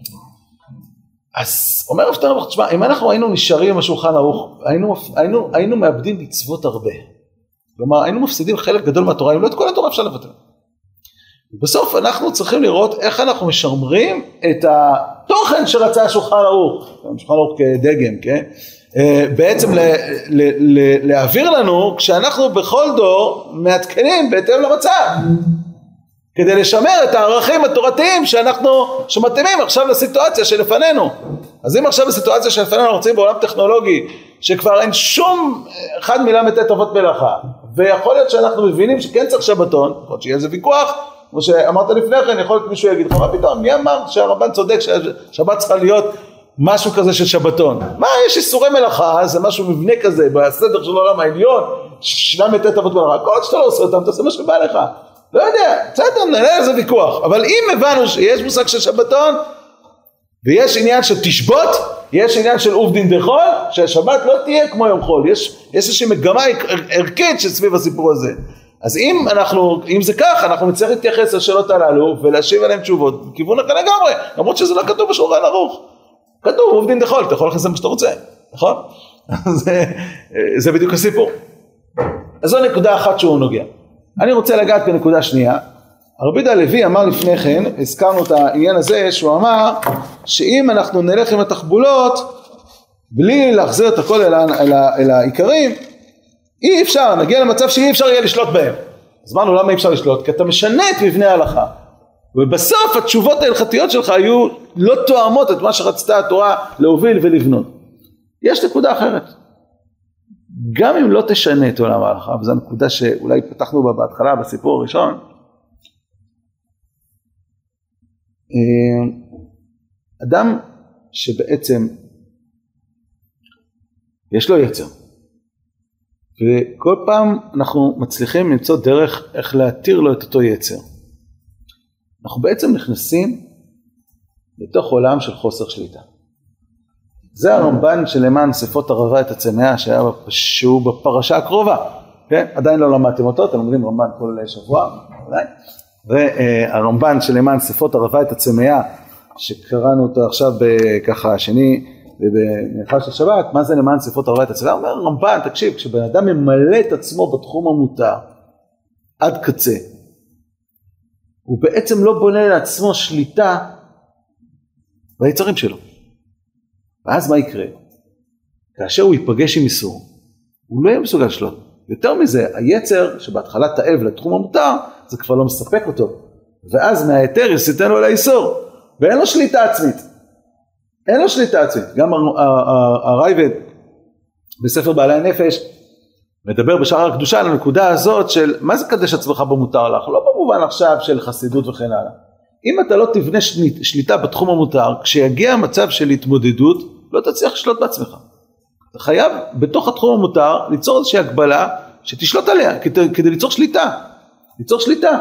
אז אומר הפטר רבך, תשמע, אם אנחנו היינו נשארים עם השולחן ערוך, היינו, היינו, היינו מאבדים מצוות הרבה. כלומר, היינו מפסידים חלק גדול מהתורה, אם לא את כל התורה אפשר לבטל. בסוף אנחנו צריכים לראות איך אנחנו משמרים את התוכן שרצה השולחן ערוך, השולחן ערוך כדגם, כן? בעצם ל, ל, ל, להעביר לנו, כשאנחנו בכל דור מעדכנים בהתאם למצב. כדי לשמר את הערכים התורתיים שאנחנו, שמתאימים עכשיו לסיטואציה שלפנינו. אז אם עכשיו בסיטואציה שלפנינו אנחנו רוצים בעולם טכנולוגי, שכבר אין שום אחד מילה מתי טובות מלאכה, ויכול להיות שאנחנו מבינים שכן צריך שבתון, יכול להיות שיהיה איזה ויכוח, כמו שאמרת לפני כן, יכול להיות מישהו יגיד לך, מה פתאום, מי אמר שהרבן צודק שהשבת צריכה להיות משהו כזה של שבתון? מה, יש איסורי מלאכה, זה משהו מבנה כזה, בסדר של העולם העליון, שנה מתי טובות מלאכה, כל עוד שאתה לא עושה אותם, תעשה מה שבא לך. לא יודע, בסדר, נראה איזה ויכוח, אבל אם הבנו שיש מושג של שבתון, ויש עניין של תשבות, יש עניין של עובדין דחול, שהשבת לא תהיה כמו יום חול, יש, יש איזושהי מגמה ערכית שסביב הסיפור הזה. אז אם אנחנו, אם זה כך, אנחנו נצטרך להתייחס לשאלות הללו, ולהשיב עליהן תשובות, בכיוון אחר לגמרי, למרות שזה לא כתוב בשולחן ערוך. כתוב עובדין דחול, אתה יכול לחסן מה שאתה רוצה, נכון? זה, זה בדיוק הסיפור. אז זו נקודה אחת שהוא נוגע. אני רוצה לגעת בנקודה שנייה. הרבי יהודה הלוי אמר לפני כן, הזכרנו את העניין הזה, שהוא אמר שאם אנחנו נלך עם התחבולות בלי להחזיר את הכל אל, אל, אל העיקרים, אי אפשר, נגיע למצב שאי אפשר יהיה לשלוט בהם. אז אמרנו למה אי אפשר לשלוט? כי אתה משנה את מבנה ההלכה, ובסוף התשובות ההלכתיות שלך היו לא תואמות את מה שרצתה התורה להוביל ולבנות. יש נקודה אחרת, גם אם לא תשנה את עולם ההלכה, וזו הנקודה שאולי פתחנו בה בהתחלה בסיפור הראשון, אדם שבעצם יש לו יצר, וכל פעם אנחנו מצליחים למצוא דרך איך להתיר לו את אותו יצר, אנחנו בעצם נכנסים לתוך עולם של חוסר שליטה. זה הרמב"ן שלמען ספות ערבה את הצמאה, שהיה שהוא בפרשה הקרובה, כן? עדיין לא למדתם אותו, אתם לומדים רמב"ן כל שבוע, אולי? והרמב"ן שלמען ספות ערבה את הצמאה, שקראנו אותו עכשיו בככה השני, במנחה של שבת, מה זה למען ספות ערבה את הצמאה? אומר רמב"ן, תקשיב, כשבן אדם ממלא את עצמו בתחום המותר, עד קצה, הוא בעצם לא בונה לעצמו שליטה ביצרים שלו. ואז מה יקרה? כאשר הוא ייפגש עם איסור, הוא לא יהיה מסוגל לשלוט. יותר מזה, היצר שבהתחלה תאב לתחום המותר, זה כבר לא מספק אותו. ואז מהיתר יסיתנו אל האיסור, ואין לו שליטה עצמית. אין לו שליטה עצמית. גם הרייבד בספר בעלי הנפש, מדבר בשער הקדושה על הנקודה הזאת של מה זה קדש עצמך במותר לך? לא במובן עכשיו של חסידות וכן הלאה. אם אתה לא תבנה שליטה בתחום המותר, כשיגיע המצב של התמודדות, לא תצליח לשלוט בעצמך. אתה חייב בתוך התחום המותר ליצור איזושהי הגבלה שתשלוט עליה, כדי, כדי ליצור שליטה. ליצור שליטה.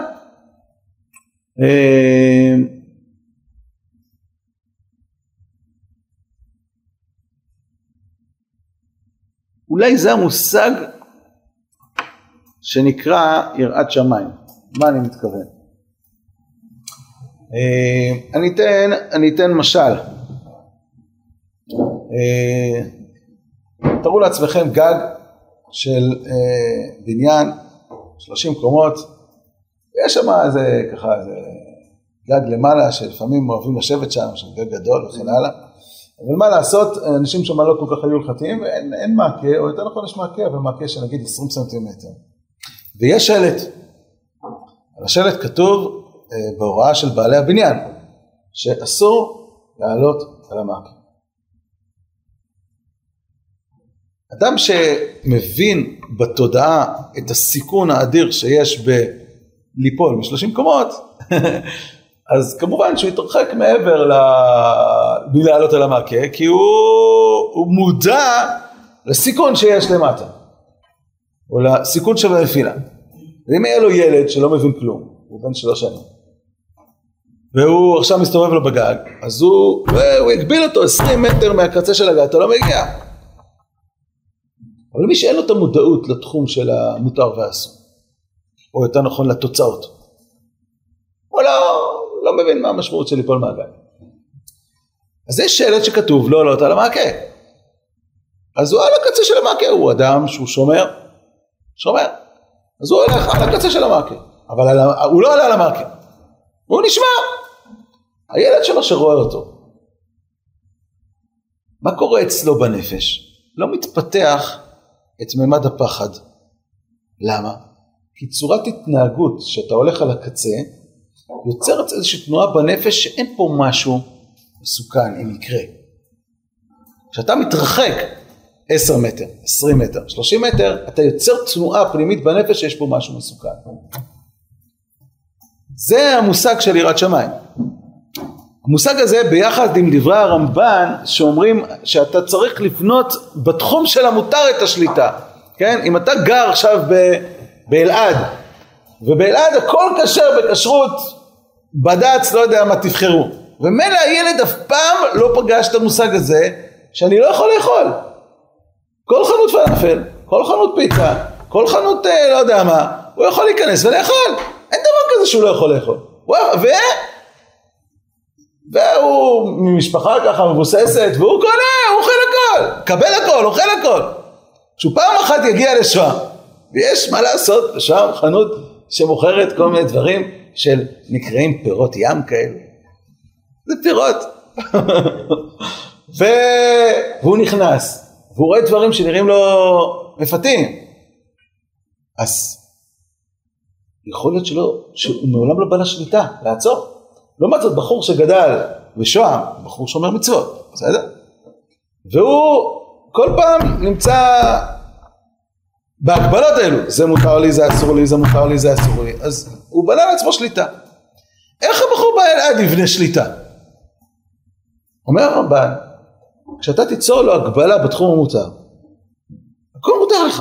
אולי זה המושג שנקרא יראת שמיים. מה אני מתכוון? אני אתן, אני אתן משל. תראו לעצמכם גג של בניין, שלושים קומות, יש שם איזה ככה, איזה גג למעלה שלפעמים אוהבים לשבת שם, שם גג גדול וכן הלאה, אבל מה לעשות, אנשים שם לא כל כך היו הלכתיים, ואין אין מעקה, או יותר נכון יש מעקה, אבל מעקה שנגיד עשרים סנטימטר. ויש שלט, על השלט כתוב אה, בהוראה של בעלי הבניין, שאסור לעלות על המעקה. אדם שמבין בתודעה את הסיכון האדיר שיש בליפול משלושים קומות, אז כמובן שהוא יתרחק מעבר ל... מלעלות על המעקה, כי הוא, הוא מודע לסיכון שיש למטה, או לסיכון שבנפילה. ואם יהיה לו ילד שלא מבין כלום, הוא בן שלוש שנים, והוא עכשיו מסתובב לו בגג, אז הוא, הוא יגביל אותו עשרים מטר מהקצה של הגג, אתה לא מגיע. אבל מי שאין לו את המודעות לתחום של המותר והאסור, או יותר נכון לתוצאות, הוא לא, לא מבין מה המשמעות של ליפול מהגג. אז יש שלט שכתוב לא לעלות על המעקה. אז הוא על הקצה של המעקה, הוא אדם שהוא שומר, שומר. אז הוא הולך על הקצה של המעקה, אבל על, הוא לא עלה על המעקה, הוא נשמע. הילד שלו שרואה אותו, מה קורה אצלו בנפש? לא מתפתח את ממד הפחד. למה? כי צורת התנהגות שאתה הולך על הקצה, יוצרת איזושהי תנועה בנפש שאין פה משהו מסוכן אם יקרה. כשאתה מתרחק עשר מטר, עשרים מטר, שלושים מטר, אתה יוצר תנועה פנימית בנפש שיש פה משהו מסוכן. זה המושג של יראת שמיים. המושג הזה ביחד עם דברי הרמב"ן שאומרים שאתה צריך לבנות בתחום של המותר את השליטה. כן? אם אתה גר עכשיו ב- באלעד, ובאלעד הכל כשר בכשרות, בד"ץ, לא יודע מה תבחרו. ומילא הילד אף פעם לא פגש את המושג הזה שאני לא יכול לאכול. כל חנות פלאפל, כל חנות פיצה, כל חנות לא יודע מה, הוא יכול להיכנס ולאכול. אין דבר כזה שהוא לא יכול לאכול. ו... והוא ממשפחה ככה מבוססת, והוא קונה, הוא אוכל הכל, קבל הכל, אוכל הכל. כשהוא פעם אחת יגיע לשם, ויש מה לעשות בשם חנות שמוכרת כל מיני דברים של נקראים פירות ים כאלה. זה פירות. והוא נכנס, והוא רואה דברים שנראים לו מפתים. אז יכול להיות שלא, שהוא מעולם לא בא לשליטה, לעצור. לא מצאת בחור שגדל ושוהם, בחור שומר מצוות, בסדר? והוא כל פעם נמצא בהגבלות האלו, זה מותר לי, זה אסור לי, זה מותר לי, זה אסור לי, אז הוא בנה לעצמו שליטה. איך הבחור באלעד יבנה שליטה? אומר הרמב"ן, כשאתה תיצור לו הגבלה בתחום המותר, הכל מותר לך.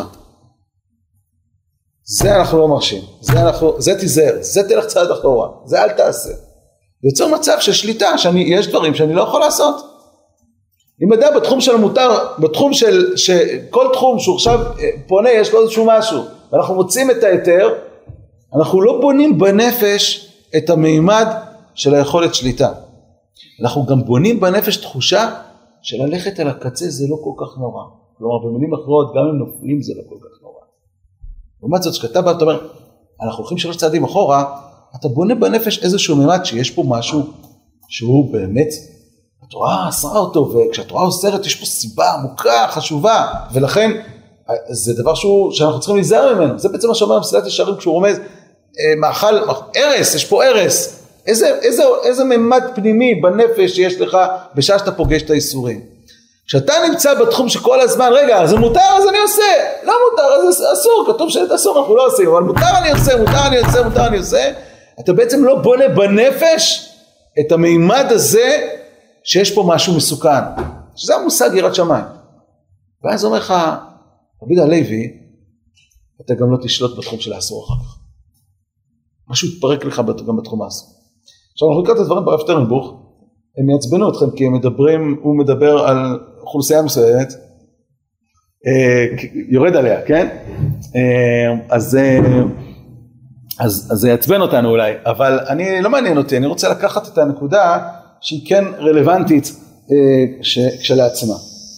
זה אנחנו לא מרשים, זה, אנחנו, זה תיזהר, זה תלך צעד אחורה, זה אל תעשה. יוצר מצב של שליטה, שיש דברים שאני לא יכול לעשות. אם אדם בתחום של המותר, בתחום של, שכל תחום שהוא עכשיו פונה, יש לו איזשהו משהו, ואנחנו מוצאים את היתר, אנחנו לא בונים בנפש את המימד של היכולת שליטה. אנחנו גם בונים בנפש תחושה של ללכת אל הקצה זה לא כל כך נורא. כלומר, במילים אחרות, גם אם נופלים זה לא כל כך נורא. לעומת זאת, שכתה בה, אתה אומר, אנחנו הולכים שלוש צעדים אחורה, אתה בונה בנפש איזשהו מימד שיש פה משהו שהוא באמת, התורה אסרה אותו, וכשהתורה אוסרת יש פה סיבה עמוקה, חשובה, ולכן זה דבר שהוא, שאנחנו צריכים להיזהר ממנו. זה בעצם מה שאומר מסילת ישרים כשהוא רומז, מאכל, ארס, יש פה ארס. איזה, איזה, איזה מימד פנימי בנפש יש לך בשעה שאתה פוגש את האיסורים. כשאתה נמצא בתחום שכל הזמן, רגע, זה מותר אז אני עושה, לא מותר אז אסור, כתוב שזה אסור, אנחנו לא עושים, אבל מותר אני עושה, מותר אני עושה, מותר אני עושה, אתה בעצם לא בונה בנפש את המימד הזה שיש פה משהו מסוכן, שזה המושג יראת שמיים. ואז אומר לך, רבי הלוי, אתה גם לא תשלוט בתחום של האסור אחר כך. משהו יתפרק לך גם בתחום האסור. עכשיו אנחנו נקרא את הדברים ברב שטרנבוך, הם יעצבנו אתכם כי הם מדברים, הוא מדבר על אוכלוסייה מסוימת, יורד עליה, כן? אז, אז, אז זה יעצבן אותנו אולי, אבל אני, לא מעניין אותי, אני רוצה לקחת את הנקודה שהיא כן רלוונטית כשלעצמה.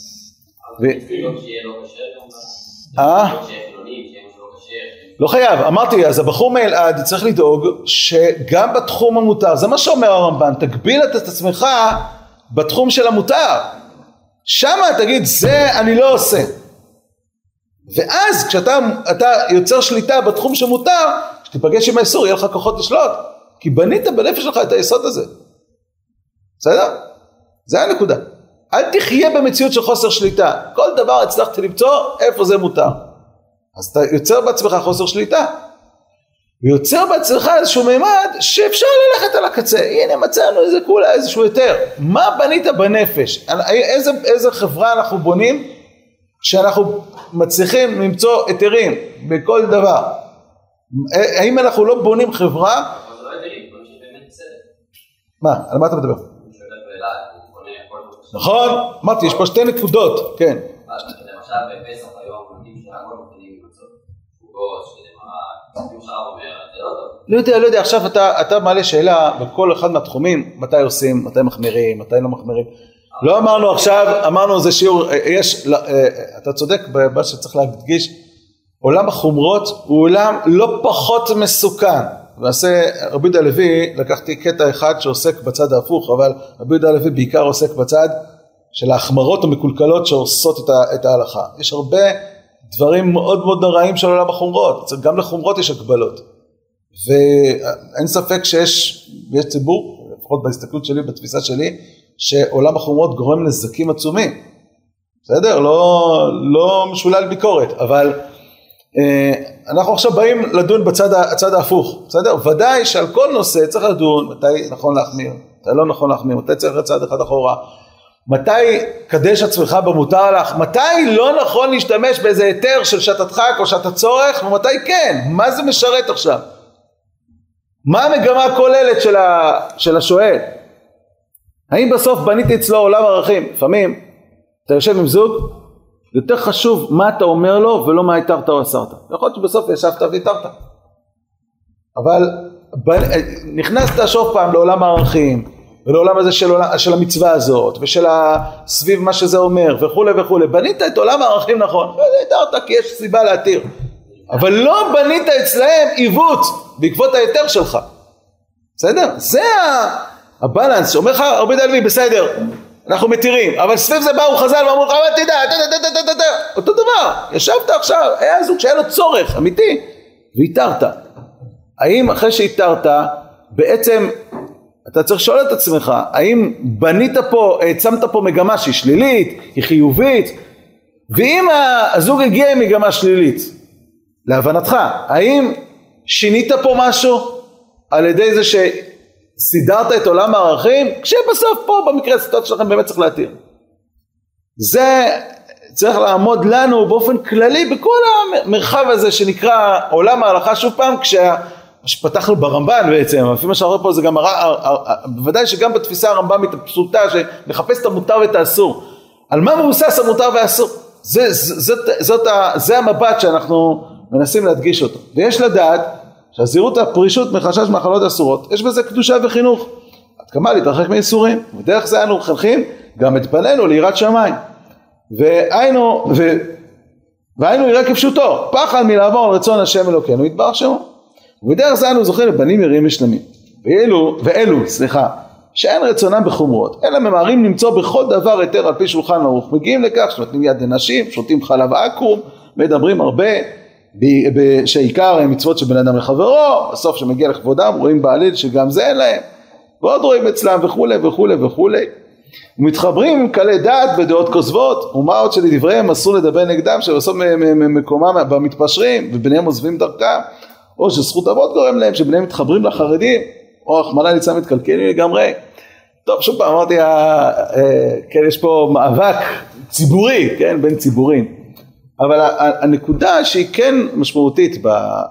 אה? לא חייב, אמרתי, אז הבחור מאלעד צריך לדאוג שגם בתחום המותר, זה מה שאומר הרמב"ן, תגביל את עצמך בתחום של המותר, שמה תגיד זה אני לא עושה, ואז כשאתה אתה יוצר שליטה בתחום שמותר, כשתיפגש עם האיסור יהיה לך כוחות לשלוט, כי בנית בנפש שלך את היסוד הזה, בסדר? זה הנקודה, אל תחיה במציאות של חוסר שליטה, כל דבר הצלחתי למצוא איפה זה מותר, אז אתה יוצר בעצמך חוסר שליטה, ויוצר בעצמך איזשהו מימד שאפשר ללכת על הקצה, הנה מצאנו איזה כולה איזשהו יותר, מה בנית בנפש, איזה, איזה חברה אנחנו בונים, שאנחנו מצליחים למצוא היתרים בכל דבר, האם אנחנו לא בונים חברה? מה, על מה אתה מדבר? נכון, אמרתי, יש פה שתי נקודות, כן. עכשיו בפסח היום, נותנים שהכל מתחילים למצוא חוגות, שדמה, שער אומר, זה לא טוב. לא יודע, לא יודע, עכשיו אתה, אתה מעלה שאלה בכל אחד מהתחומים, מתי עושים, מתי מחמירים, מתי לא מחמירים. לא אמרנו עכשיו, אמרנו זה שיעור, יש, אתה צודק במה שצריך להדגיש, עולם החומרות הוא עולם לא פחות מסוכן. ועשה רבי יהודה הלוי, לקחתי קטע אחד שעוסק בצד ההפוך, אבל רבי יהודה הלוי בעיקר עוסק בצד של ההחמרות המקולקלות שעושות את ההלכה. יש הרבה דברים מאוד מאוד נוראים של עולם החומרות, גם לחומרות יש הגבלות. ואין ספק שיש יש ציבור, לפחות בהסתכלות שלי, בתפיסה שלי, שעולם החומרות גורם נזקים עצומים. בסדר? לא, לא משולל ביקורת, אבל אה, אנחנו עכשיו באים לדון בצד הצד ההפוך. בסדר? ודאי שעל כל נושא צריך לדון, מתי נכון להחמיר, מתי לא נכון להחמיר, מתי צריך לצד אחד אחורה, מתי קדש עצמך במותר לך, מתי לא נכון להשתמש באיזה היתר של שעת הדחק או שעת הצורך, ומתי כן, מה זה משרת עכשיו? מה המגמה הכוללת של, ה, של השואל? האם בסוף בניתי אצלו עולם ערכים? לפעמים אתה יושב עם זוג, יותר חשוב מה אתה אומר לו ולא מה היתרת או אסרת. יכול להיות שבסוף ישבת והיתרת. אבל נכנסת שוב פעם לעולם הערכים, ולעולם הזה של, של המצווה הזאת, ושל סביב מה שזה אומר, וכו' וכו'. בנית את עולם הערכים נכון, והיתרת כי יש סיבה להתיר. אבל לא בנית אצלהם עיוות בעקבות היתר שלך. בסדר? זה הבלנס שאומר לך רבי יהודה הלוי, בסדר, אנחנו מתירים, אבל סביב זה באו חז"ל ואמרו לך, אבל תדע, אותו דבר, ישבת עכשיו, היה זוג שהיה לו צורך אמיתי, והתרת. האם אחרי שהתרת, בעצם אתה צריך לשאול את עצמך, האם בנית פה, שמת פה מגמה שהיא שלילית, היא חיובית, ואם הזוג הגיע עם מגמה שלילית, להבנתך, האם שינית פה משהו על ידי זה שסידרת את עולם הערכים, כשבסוף פה במקרה הסיטואציה שלכם באמת צריך להתיר. זה צריך לעמוד לנו באופן כללי בכל המרחב הזה שנקרא עולם ההלכה, שוב פעם כשה... שפתחנו ברמב"ן בעצם, לפי מה שאומר פה זה גם, בוודאי שגם בתפיסה הרמב"מית הפשוטה שמחפש את המותר ואת האסור, על מה מבוסס המותר והאסור? זה, זה, זאת, זאת, זה המבט שאנחנו מנסים להדגיש אותו, ויש לדעת שהזהירות הפרישות מחשש מחלות אסורות, יש בזה קדושה וחינוך, עד כמה להתרחק מאיסורים, ודרך זה אנו מחנכים גם את פנינו ליראת שמיים, והיינו, ו, והיינו יראה כפשוטו, פחד מלעבור על רצון השם אלוקינו, יתברך שמו. ובדרך זה אנו זוכים לבנים יראים ושלמים, ואלו, ואלו, סליחה, שאין רצונם בחומרות, אלא ממהרים למצוא בכל דבר היתר על פי שולחן ערוך, מגיעים לכך שנותנים יד לנשים, שותים חלב עכו"ם, מדברים הרבה, שעיקר מצוות של בן אדם לחברו, בסוף שמגיע לכבודם, רואים בעליל שגם זה אין להם, ועוד רואים אצלם וכו' וכו' וכו', ומתחברים עם קלי דעת בדעות כוזבות, ומה עוד שלדבריהם אסור לדבר נגדם, שבסוף מקומם במתפשרים, ובניהם עוזבים דרכם, או שזכות אבות גורם להם, שבניהם מתחברים לחרדים, או החמלה ליצא מתקלקלים לגמרי. טוב, שוב פעם אמרתי, כן, יש פה מאבק ציבורי, כן, בין ציבורים. אבל הנקודה שהיא כן משמעותית,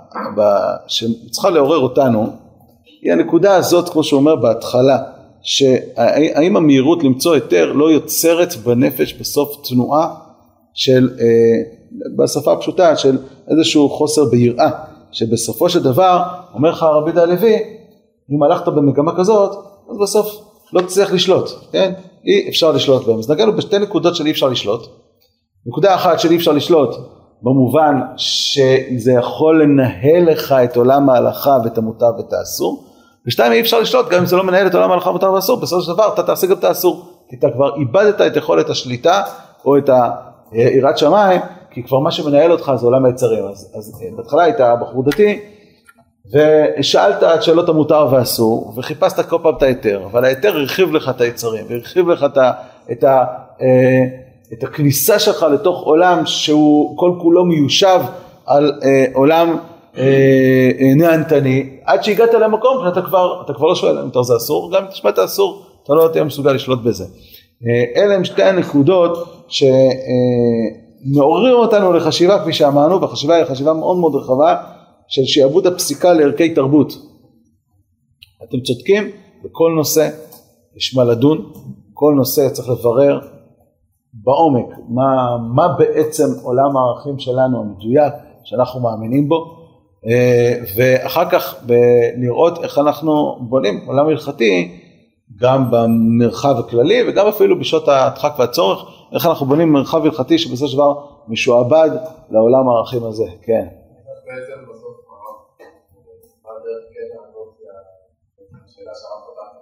שצריכה לעורר אותנו, היא הנקודה הזאת, כמו שאומר בהתחלה, שהאם המהירות למצוא היתר לא יוצרת בנפש בסוף תנועה של, בשפה הפשוטה, של איזשהו חוסר ביראה, שבסופו של דבר, אומר לך רבי יהודה הלוי, אם הלכת במגמה כזאת, אז בסוף לא תצליח לשלוט, כן? אי אפשר לשלוט בהם. אז נגענו בשתי נקודות של אי אפשר לשלוט, נקודה אחת שאי אפשר לשלוט, במובן שזה יכול לנהל לך את עולם ההלכה ואת המותר ואת האסור, ושתיים, אי אפשר לשלוט, גם אם זה לא מנהל את עולם ההלכה ומותר והאסור, בסופו של דבר אתה תעשה גם את האסור, כי אתה כבר איבדת את יכולת השליטה, או את יראת שמיים, כי כבר מה שמנהל אותך זה עולם היצרים. אז, אז בהתחלה היית בחור דתי, ושאלת את שאלות המותר והאסור, וחיפשת כל פעם את היתר, אבל היתר הרחיב לך את היצרים, והרחיב לך את, ה, את, ה, את הכניסה שלך לתוך עולם שהוא כל כולו מיושב על עולם נענתני, עד שהגעת למקום שאתה כבר, אתה כבר לא שואל אם זה אסור, גם אם תשמע את האסור, אתה לא תהיה מסוגל לשלוט בזה. אלה הם שתי הנקודות שמעוררים אותנו לחשיבה, כפי שאמרנו, והחשיבה היא חשיבה מאוד מאוד רחבה, של שיעבוד הפסיקה לערכי תרבות. אתם צודקים, בכל נושא יש מה לדון, כל נושא צריך לברר בעומק, מה, מה בעצם עולם הערכים שלנו המדויק, שאנחנו מאמינים בו, ואחר כך לראות איך אנחנו בונים עולם הלכתי, גם במרחב הכללי וגם אפילו בשעות הדחק והצורך, איך אנחנו בונים מרחב הלכתי שבסופו של דבר משועבד לעולם הערכים הזה. כן. בעצם בסוף מה דרך קטע הזאת השאלה שהרב פתחת?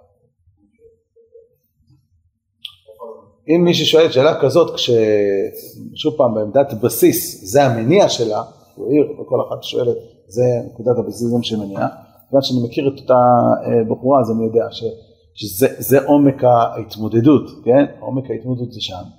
אם מישהו שואל שאלה כזאת, כששוב פעם בעמדת בסיס, זה המניע שלה, הוא עיר, וכל אחת שואלת, זה נקודת הבסיס שמניע, כיוון שאני מכיר את אותה בחורה, אז אני יודע ש, שזה זה עומק ההתמודדות, כן? עומק ההתמודדות זה שם.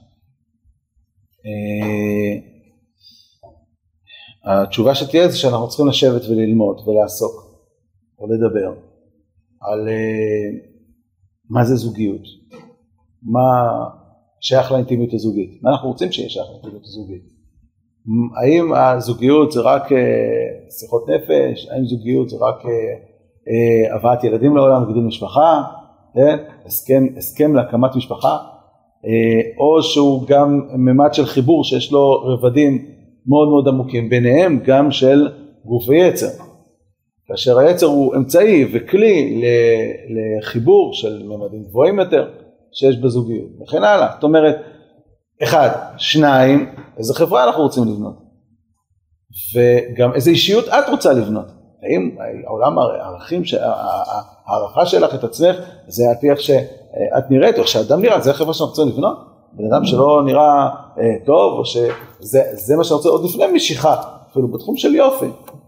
התשובה שתהיה זה שאנחנו צריכים לשבת וללמוד ולעסוק, או לדבר, על מה זה זוגיות, מה שייך לאינטימיות הזוגית, מה אנחנו רוצים שיהיה שייך לאינטימיות הזוגית. האם הזוגיות זה רק שיחות נפש, האם זוגיות זה רק הבאת ילדים לעולם, גידול משפחה, הסכם, הסכם להקמת משפחה, או שהוא גם ממד של חיבור שיש לו רבדים מאוד מאוד עמוקים, ביניהם גם של גוף ויצר, כאשר היצר הוא אמצעי וכלי לחיבור של ממדים גבוהים יותר שיש בזוגיות, וכן הלאה. זאת אומרת, אחד, שניים, איזה חברה אנחנו רוצים לבנות, וגם איזה אישיות את רוצה לבנות. האם העולם הערכים, הערכה שלך את עצמך, זה על פי איך שאת נראית, או איך שאדם נראה, זה החברה שאנחנו רוצים לבנות? בן אדם שלא נראה טוב, או שזה מה שאני רוצה עוד לפני משיכה, אפילו בתחום של יופי.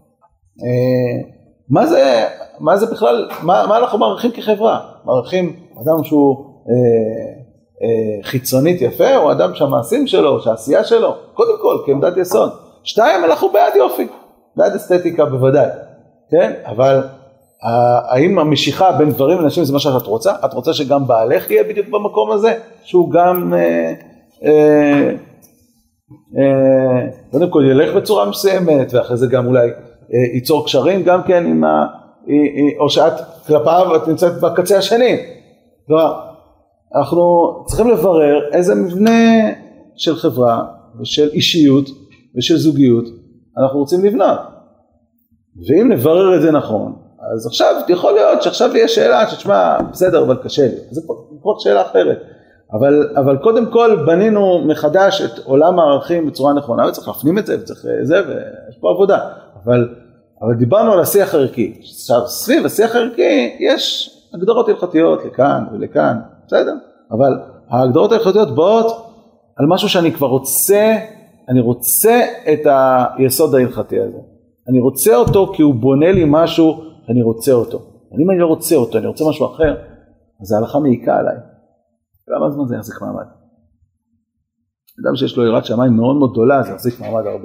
מה זה, מה זה בכלל, מה, מה אנחנו מערכים כחברה? מערכים אדם שהוא חיצונית יפה, או אדם שהמעשים שלו, שהעשייה שלו, קודם כל, כעמדת יסוד. שתיים, אנחנו בעד יופי, בעד אסתטיקה בוודאי, כן? אבל האם המשיכה בין דברים לנשים זה מה שאת רוצה? את רוצה שגם בעלך יהיה בדיוק במקום הזה? שהוא גם, אה, אה, אה, קודם כל ילך בצורה מסוימת, ואחרי זה גם אולי אה, ייצור קשרים גם כן עם ה... או שאת כלפיו, את נמצאת בקצה השני. כלומר, אנחנו צריכים לברר איזה מבנה של חברה ושל אישיות ושל זוגיות אנחנו רוצים לבנות. ואם נברר את זה נכון, אז עכשיו יכול להיות שעכשיו יהיה שאלה שתשמע בסדר אבל קשה לי, זה כבר שאלה אחרת. אבל, אבל קודם כל בנינו מחדש את עולם הערכים בצורה נכונה, וצריך להפנים את זה וצריך זה, ויש פה עבודה. אבל, אבל דיברנו על השיח הערכי. עכשיו סביב השיח הערכי יש הגדרות הלכתיות לכאן ולכאן, בסדר? אבל ההגדרות ההלכתיות באות על משהו שאני כבר רוצה, אני רוצה את היסוד ההלכתי הזה. אני רוצה אותו כי הוא בונה לי משהו, אני רוצה אותו. אבל אם אני לא רוצה אותו, אני רוצה משהו אחר, אז ההלכה מעיקה עליי. כמה זמן זה יחזיק מעמד? אדם שיש לו יראת שמיים מאוד מאוד גדולה, זה יחזיק מעמד הרבה.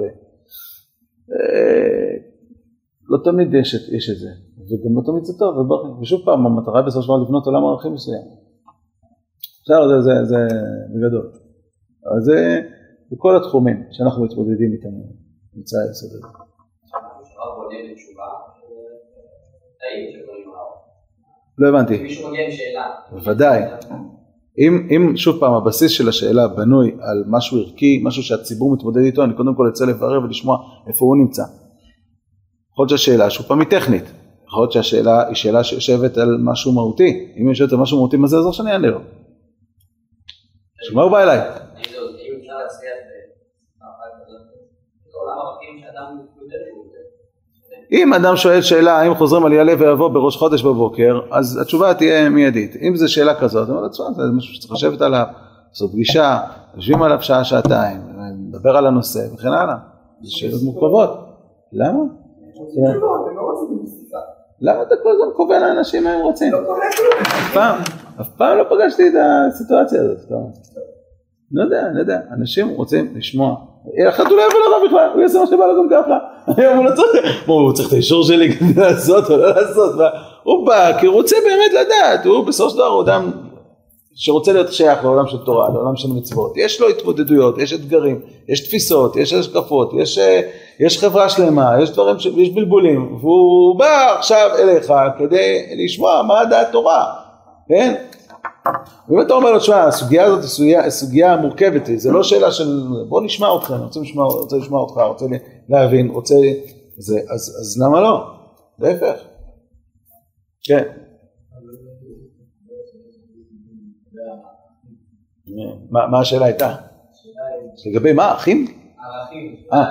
לא תמיד יש את, יש את זה, וגם לא תמיד זה טוב, וברכים. ושוב פעם, המטרה בסופו של דבר לבנות עולם ערכים מסוים. בסדר, זה, זה, זה בגדול. אבל זה בכל התחומים שאנחנו מתמודדים איתם, נמצא היסוד הזה. הרב בונה בתשובה, האם שדברים הרב? לא הבנתי. מישהו מגיע עם שאלה. בוודאי. אם, אם שוב פעם הבסיס של השאלה בנוי על משהו ערכי, משהו שהציבור מתמודד איתו, אני קודם כל אצא לברר ולשמוע איפה הוא נמצא. יכול להיות שהשאלה שוב פעם היא טכנית. יכול להיות שהשאלה היא שאלה שיושבת על משהו מהותי. אם היא יושבת על משהו מהותי, מה זה עזור שאני אענה לו? שמה הוא בא אליי? אם אפשר להצליח אם אדם שואל שאלה האם חוזרים על יעלה ויבוא בראש חודש בבוקר, אז התשובה תהיה מיידית. אם זו שאלה כזאת, אני אומר, זה משהו שצריך לשבת עליו, זו פגישה, יושבים עליו שעה, שעתיים, נדבר על הנושא וכן הלאה. זה שאלות מורכבות. למה? למה אתה כל הזמן קובע לאנשים מה הם רוצים? אף פעם, אף פעם לא פגשתי את הסיטואציה הזאת. לא יודע, לא יודע, אנשים רוצים לשמוע. אחד הוא לא יבוא לרב בכלל, הוא יעשה מה שבא לו גם ככה. היום הוא לא צריך, הוא צריך את האישור שלי כדי לעשות או לא לעשות. הוא בא כי הוא רוצה באמת לדעת, הוא בסוף דבר הוא אדם שרוצה להיות שייך לעולם של תורה, לעולם של מצוות. יש לו התמודדויות, יש אתגרים, יש תפיסות, יש השקפות, יש, יש חברה שלמה, יש דברים, יש בלבולים, והוא בא עכשיו אליך כדי לשמוע מה דעת תורה, כן? ואם אתה אומר לו, תשמע, הסוגיה הזאת היא סוגיה, סוגיה מורכבת, זה לא שאלה של בוא נשמע אותך, אני רוצה לשמוע, רוצה לשמוע אותך, רוצה להבין, רוצה, זה, אז, אז למה לא? להפך. כן. מה, מה השאלה הייתה? לגבי מה, אחים? ערכים. אה.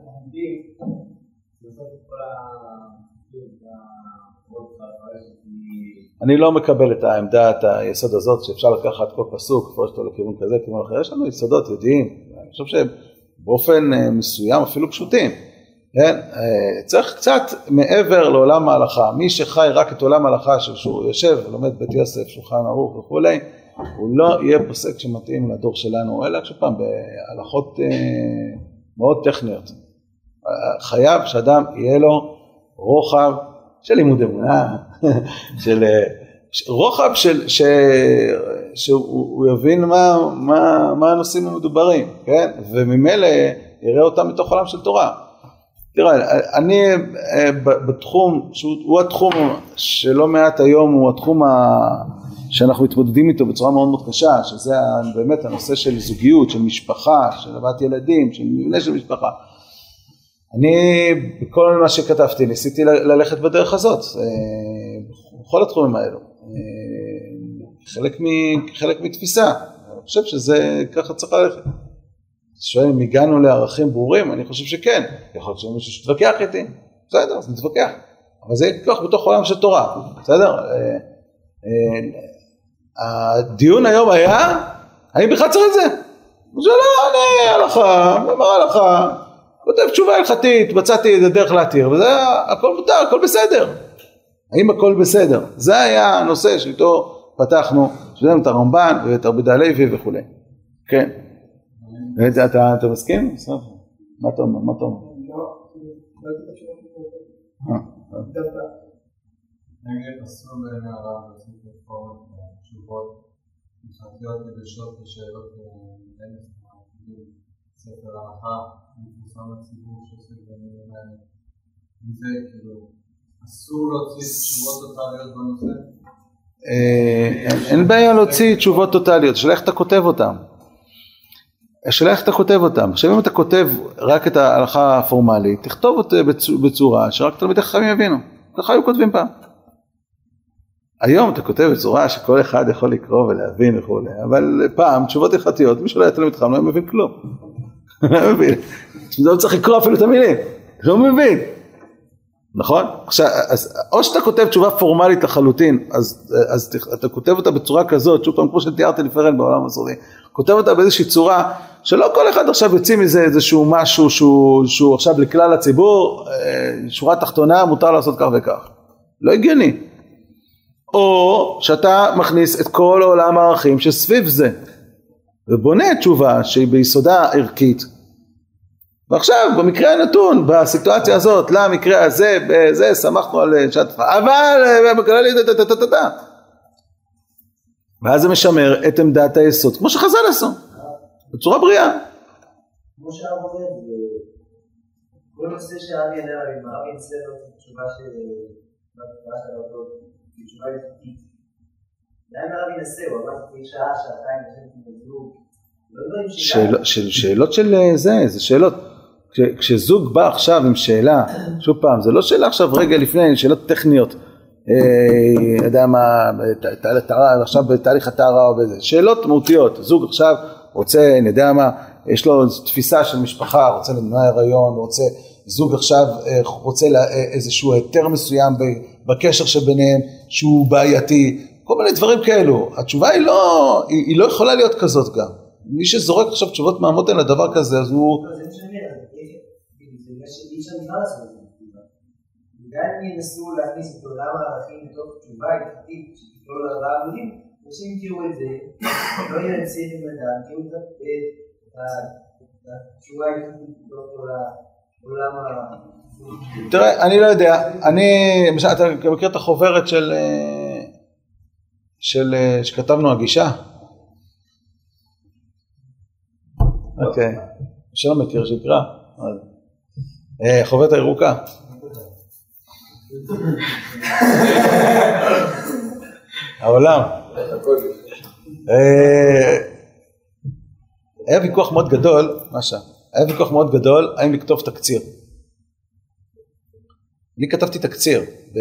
אני לא מקבל את העמדת היסוד הזאת שאפשר לקחת כל פסוק, לפרש אותו לכיוון כזה, כיוון אחר. יש לנו יסודות יודעים, אני חושב שבאופן מסוים אפילו פשוטים. כן? צריך קצת מעבר לעולם ההלכה. מי שחי רק את עולם ההלכה שהוא יושב ולומד בית יוסף, שולחן ערוך וכולי, הוא לא יהיה פוסק שמתאים לדור שלנו, אלא שפעם בהלכות מאוד טכניות. חייב שאדם יהיה לו רוחב של לימוד אמונה, של רוחב של ש שהוא יבין מה מה מה הנושאים המדוברים, כן? וממילא יראה אותם מתוך עולם של תורה. תראה, אני בתחום שהוא התחום שלא מעט היום הוא התחום ה שאנחנו מתמודדים איתו בצורה מאוד מאוד קשה, שזה באמת הנושא של זוגיות, של משפחה, של הבאת ילדים, של מבנה של משפחה. אני, בכל מה שכתבתי, ניסיתי ללכת בדרך הזאת, בכל התחומים האלו, חלק, מ, חלק מתפיסה. אני חושב שזה ככה צריך ללכת. שואל אם הגענו לערכים ברורים, אני חושב שכן. יכול להיות שמישהו שתתווכח איתי, בסדר, אז נתווכח. אבל זה כוח בתוך עולם של תורה, בסדר? הדיון היום היה, האם בכלל צריך את זה? זה לא, אני הלכה, אמר הלכה, כותב תשובה הלכתית, מצאתי את הדרך להתיר, וזה הכל מותר, הכל בסדר. האם הכל בסדר? זה היה הנושא שאיתו פתחנו, שדענו את הרמב"ן ואת רבי יהודה הלוי וכו'. כן. אתה מסכים? מה אתה אומר? מה אתה אומר? נגיד אסור בעיני הרב לצאת לבחור את התשובות הלכתיות יבשות ושאלות אין ספר ההלכה מפורסם לציבור שעושה בעניינים האלה. מזה כאילו אסור להוציא תשובות טוטליות בנושא? אין בעיה להוציא תשובות טוטליות, השאלה איך אתה כותב אותם. השאלה איך אתה כותב אותם. עכשיו אם אתה כותב רק את ההלכה הפורמלית, תכתוב אותה בצורה שרק תלמידי חכמים יבינו. ככה היו כותבים פעם. היום אתה כותב בצורה שכל אחד יכול לקרוא ולהבין וכו', אבל פעם תשובות הלכתיות, מי שלא היה תלמיד חכם לא מבין כלום. לא מבין. לא צריך לקרוא אפילו את המילים. לא מבין. נכון? עכשיו, אז, או שאתה כותב תשובה פורמלית לחלוטין, אז, אז אתה כותב אותה בצורה כזאת, שוב פעם כמו שתיארתי לפרן בעולם המסורתי, כותב אותה באיזושהי צורה, שלא כל אחד עכשיו יוציא מזה איזשהו משהו שהוא, שהוא עכשיו לכלל הציבור, שורה תחתונה מותר לעשות כך וכך. לא הגיוני. או שאתה מכניס את כל העולם הערכים שסביב זה, ובונה תשובה שהיא ביסודה ערכית, ועכשיו במקרה הנתון, בסיטואציה הזאת, למקרה הזה, בזה, שמחנו על שעת, אבל, ואז זה משמר את עמדת היסוד, כמו שחז"ל עשו, בצורה בריאה. כמו שהרב אומר, כל נושא שהרבי ידע, אם הרבי ינסה לו תשובה של הרב, תשובה יפתית. לאן הרבי ינסה, הוא אמר שעה, שעתיים, שאלות של זה, זה שאלות. כשזוג בא עכשיו עם שאלה, שוב פעם, זה לא שאלה עכשיו רגע לפני, שאלות טכניות, אני יודע מה, עכשיו בתהליך הטהרה או בזה, שאלות מהותיות, זוג עכשיו רוצה, אני יודע מה, יש לו תפיסה של משפחה, רוצה למנוע הריון, רוצה זוג עכשיו רוצה איזשהו היתר מסוים בקשר שביניהם שהוא בעייתי, כל מיני דברים כאלו. התשובה היא לא, היא, היא לא יכולה להיות כזאת גם. מי שזורק עכשיו תשובות מהמותן לדבר כזה, אז הוא... זה משנה, זה מה שאי אפשר נראה לעשות את זה. גם אם ינסו להכניס את עולם הערכים לתוך תשובה התחתית, שתכלול ארבעה עמודים, אנשים תראו את זה, לא ינסים עם אדם, תראו את התשובה התחתית לתוך עולם הערכים. תראה, אני לא יודע, אני, למשל, אתה מכיר את החוברת של, של, שכתבנו הגישה? אוקיי, שלא מכיר שיקרא, חוברת הירוקה. העולם. היה ויכוח מאוד גדול, משהו, היה ויכוח מאוד גדול, האם לכתוב תקציר. אני כתבתי תקציר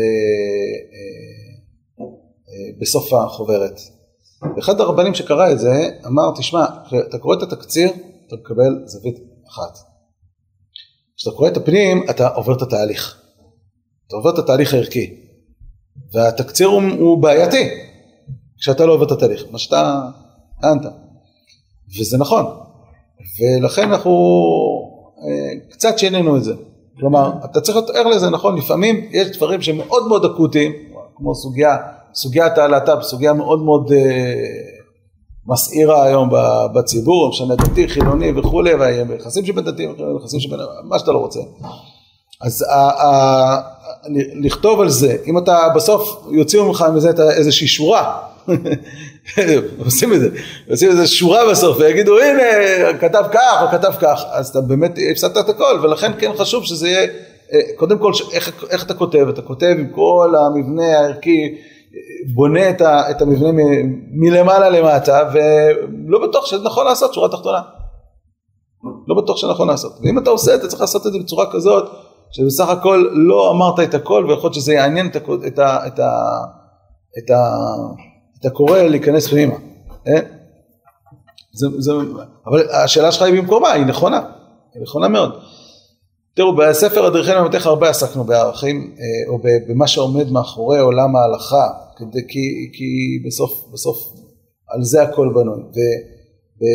בסוף החוברת. ואחד הרבנים שקרא את זה אמר, תשמע, אתה קורא את התקציר, אתה מקבל זווית אחת. כשאתה קורא את הפנים, אתה עובר את התהליך. אתה עובר את התהליך הערכי. והתקציר הוא, הוא בעייתי, כשאתה לא עובר את התהליך, מה שאתה טענת. וזה נכון. ולכן אנחנו קצת שינינו את זה. כלומר, אתה צריך להיות ער לזה, נכון? לפעמים יש דברים שמאוד מאוד אקוטיים, כמו סוגיה, סוגיית הלהט"ב, סוגיה מאוד מאוד מסעירה היום בציבור, משנה דתי, חילוני וכו', ויחסים שבין דתיים, יחסים שבין, מה שאתה לא רוצה. אז לכתוב על זה, אם אתה בסוף יוציאו ממך מזה איזושהי שורה, עושים את זה, עושים איזו שורה בסוף, ויגידו, הנה, כתב כך או כתב כך, אז אתה באמת הפסדת את הכל, ולכן כן חשוב שזה יהיה, קודם כל, איך, איך אתה כותב? אתה כותב עם כל המבנה הערכי, בונה את, ה, את המבנה מ, מלמעלה למטה, ולא בטוח שנכון לעשות שורה תחתונה. לא בטוח שנכון לעשות. ואם אתה עושה, אתה צריך לעשות את זה בצורה כזאת, שבסך הכל לא אמרת את הכל, ויכול להיות שזה יעניין את, את, ה, את, ה, את, ה, את הקורא להיכנס פנימה. אה? זה, זה, אבל השאלה שלך היא במקומה, היא נכונה. היא נכונה מאוד. תראו, בספר הדריכנו ממתך הרבה עסקנו בערכים, או במה שעומד מאחורי עולם ההלכה, כדי, כי, כי בסוף, בסוף על זה הכל בנוי. ו, ו,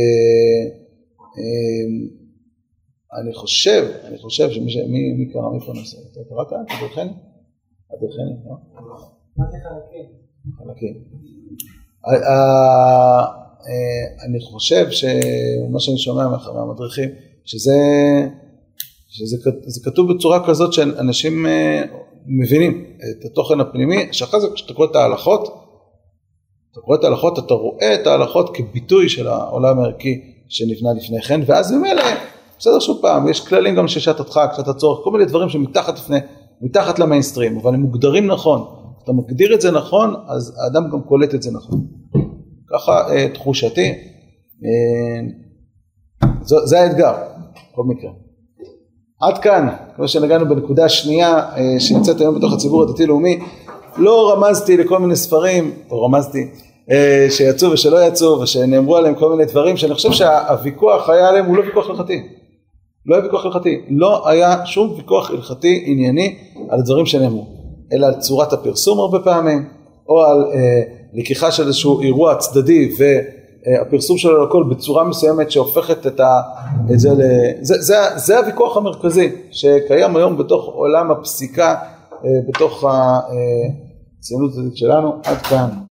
אני חושב, אני חושב שמי, מי, מי קרא, מי פה נושא? אתה קראת? הדריכני? הדריכני, לא? מה זה חלקים? חלקים. אני חושב שמה שאני שומע מהמדריכים, שזה, שזה זה כתוב בצורה כזאת שאנשים מבינים את התוכן הפנימי, שאחרי זה כשאתה קורא את ההלכות, אתה קורא את ההלכות, אתה רואה את ההלכות כביטוי של העולם הערכי שנבנה לפני כן, ואז ממילא, בסדר שוב פעם, יש כללים גם ששעת הדחק, שעת הצורך, כל מיני דברים שמתחת לפני, מתחת למיינסטרים, אבל הם מוגדרים נכון. אתה מגדיר את זה נכון, אז האדם גם קולט את זה נכון. ככה תחושתי, זה האתגר, כל מקרה. עד כאן, כמו שנגענו בנקודה השנייה שנמצאת היום בתוך הציבור הדתי-לאומי, לא רמזתי לכל מיני ספרים, או רמזתי, שיצאו ושלא יצאו, ושנאמרו עליהם כל מיני דברים, שאני חושב שהוויכוח היה עליהם, הוא לא ויכוח הלכתי. לא היה ויכוח הלכתי. לא היה שום ויכוח הלכתי ענייני על הדברים שנאמרו, אלא על צורת הפרסום הרבה פעמים, או על אה, לקיחה של איזשהו אירוע צדדי, והפרסום שלו לכל בצורה מסוימת שהופכת את, ה, את זה, זה, זה, זה הוויכוח המרכזי, שקיים היום בתוך עולם הפסיקה, אה, בתוך הציונות הדתית שלנו. עד כאן.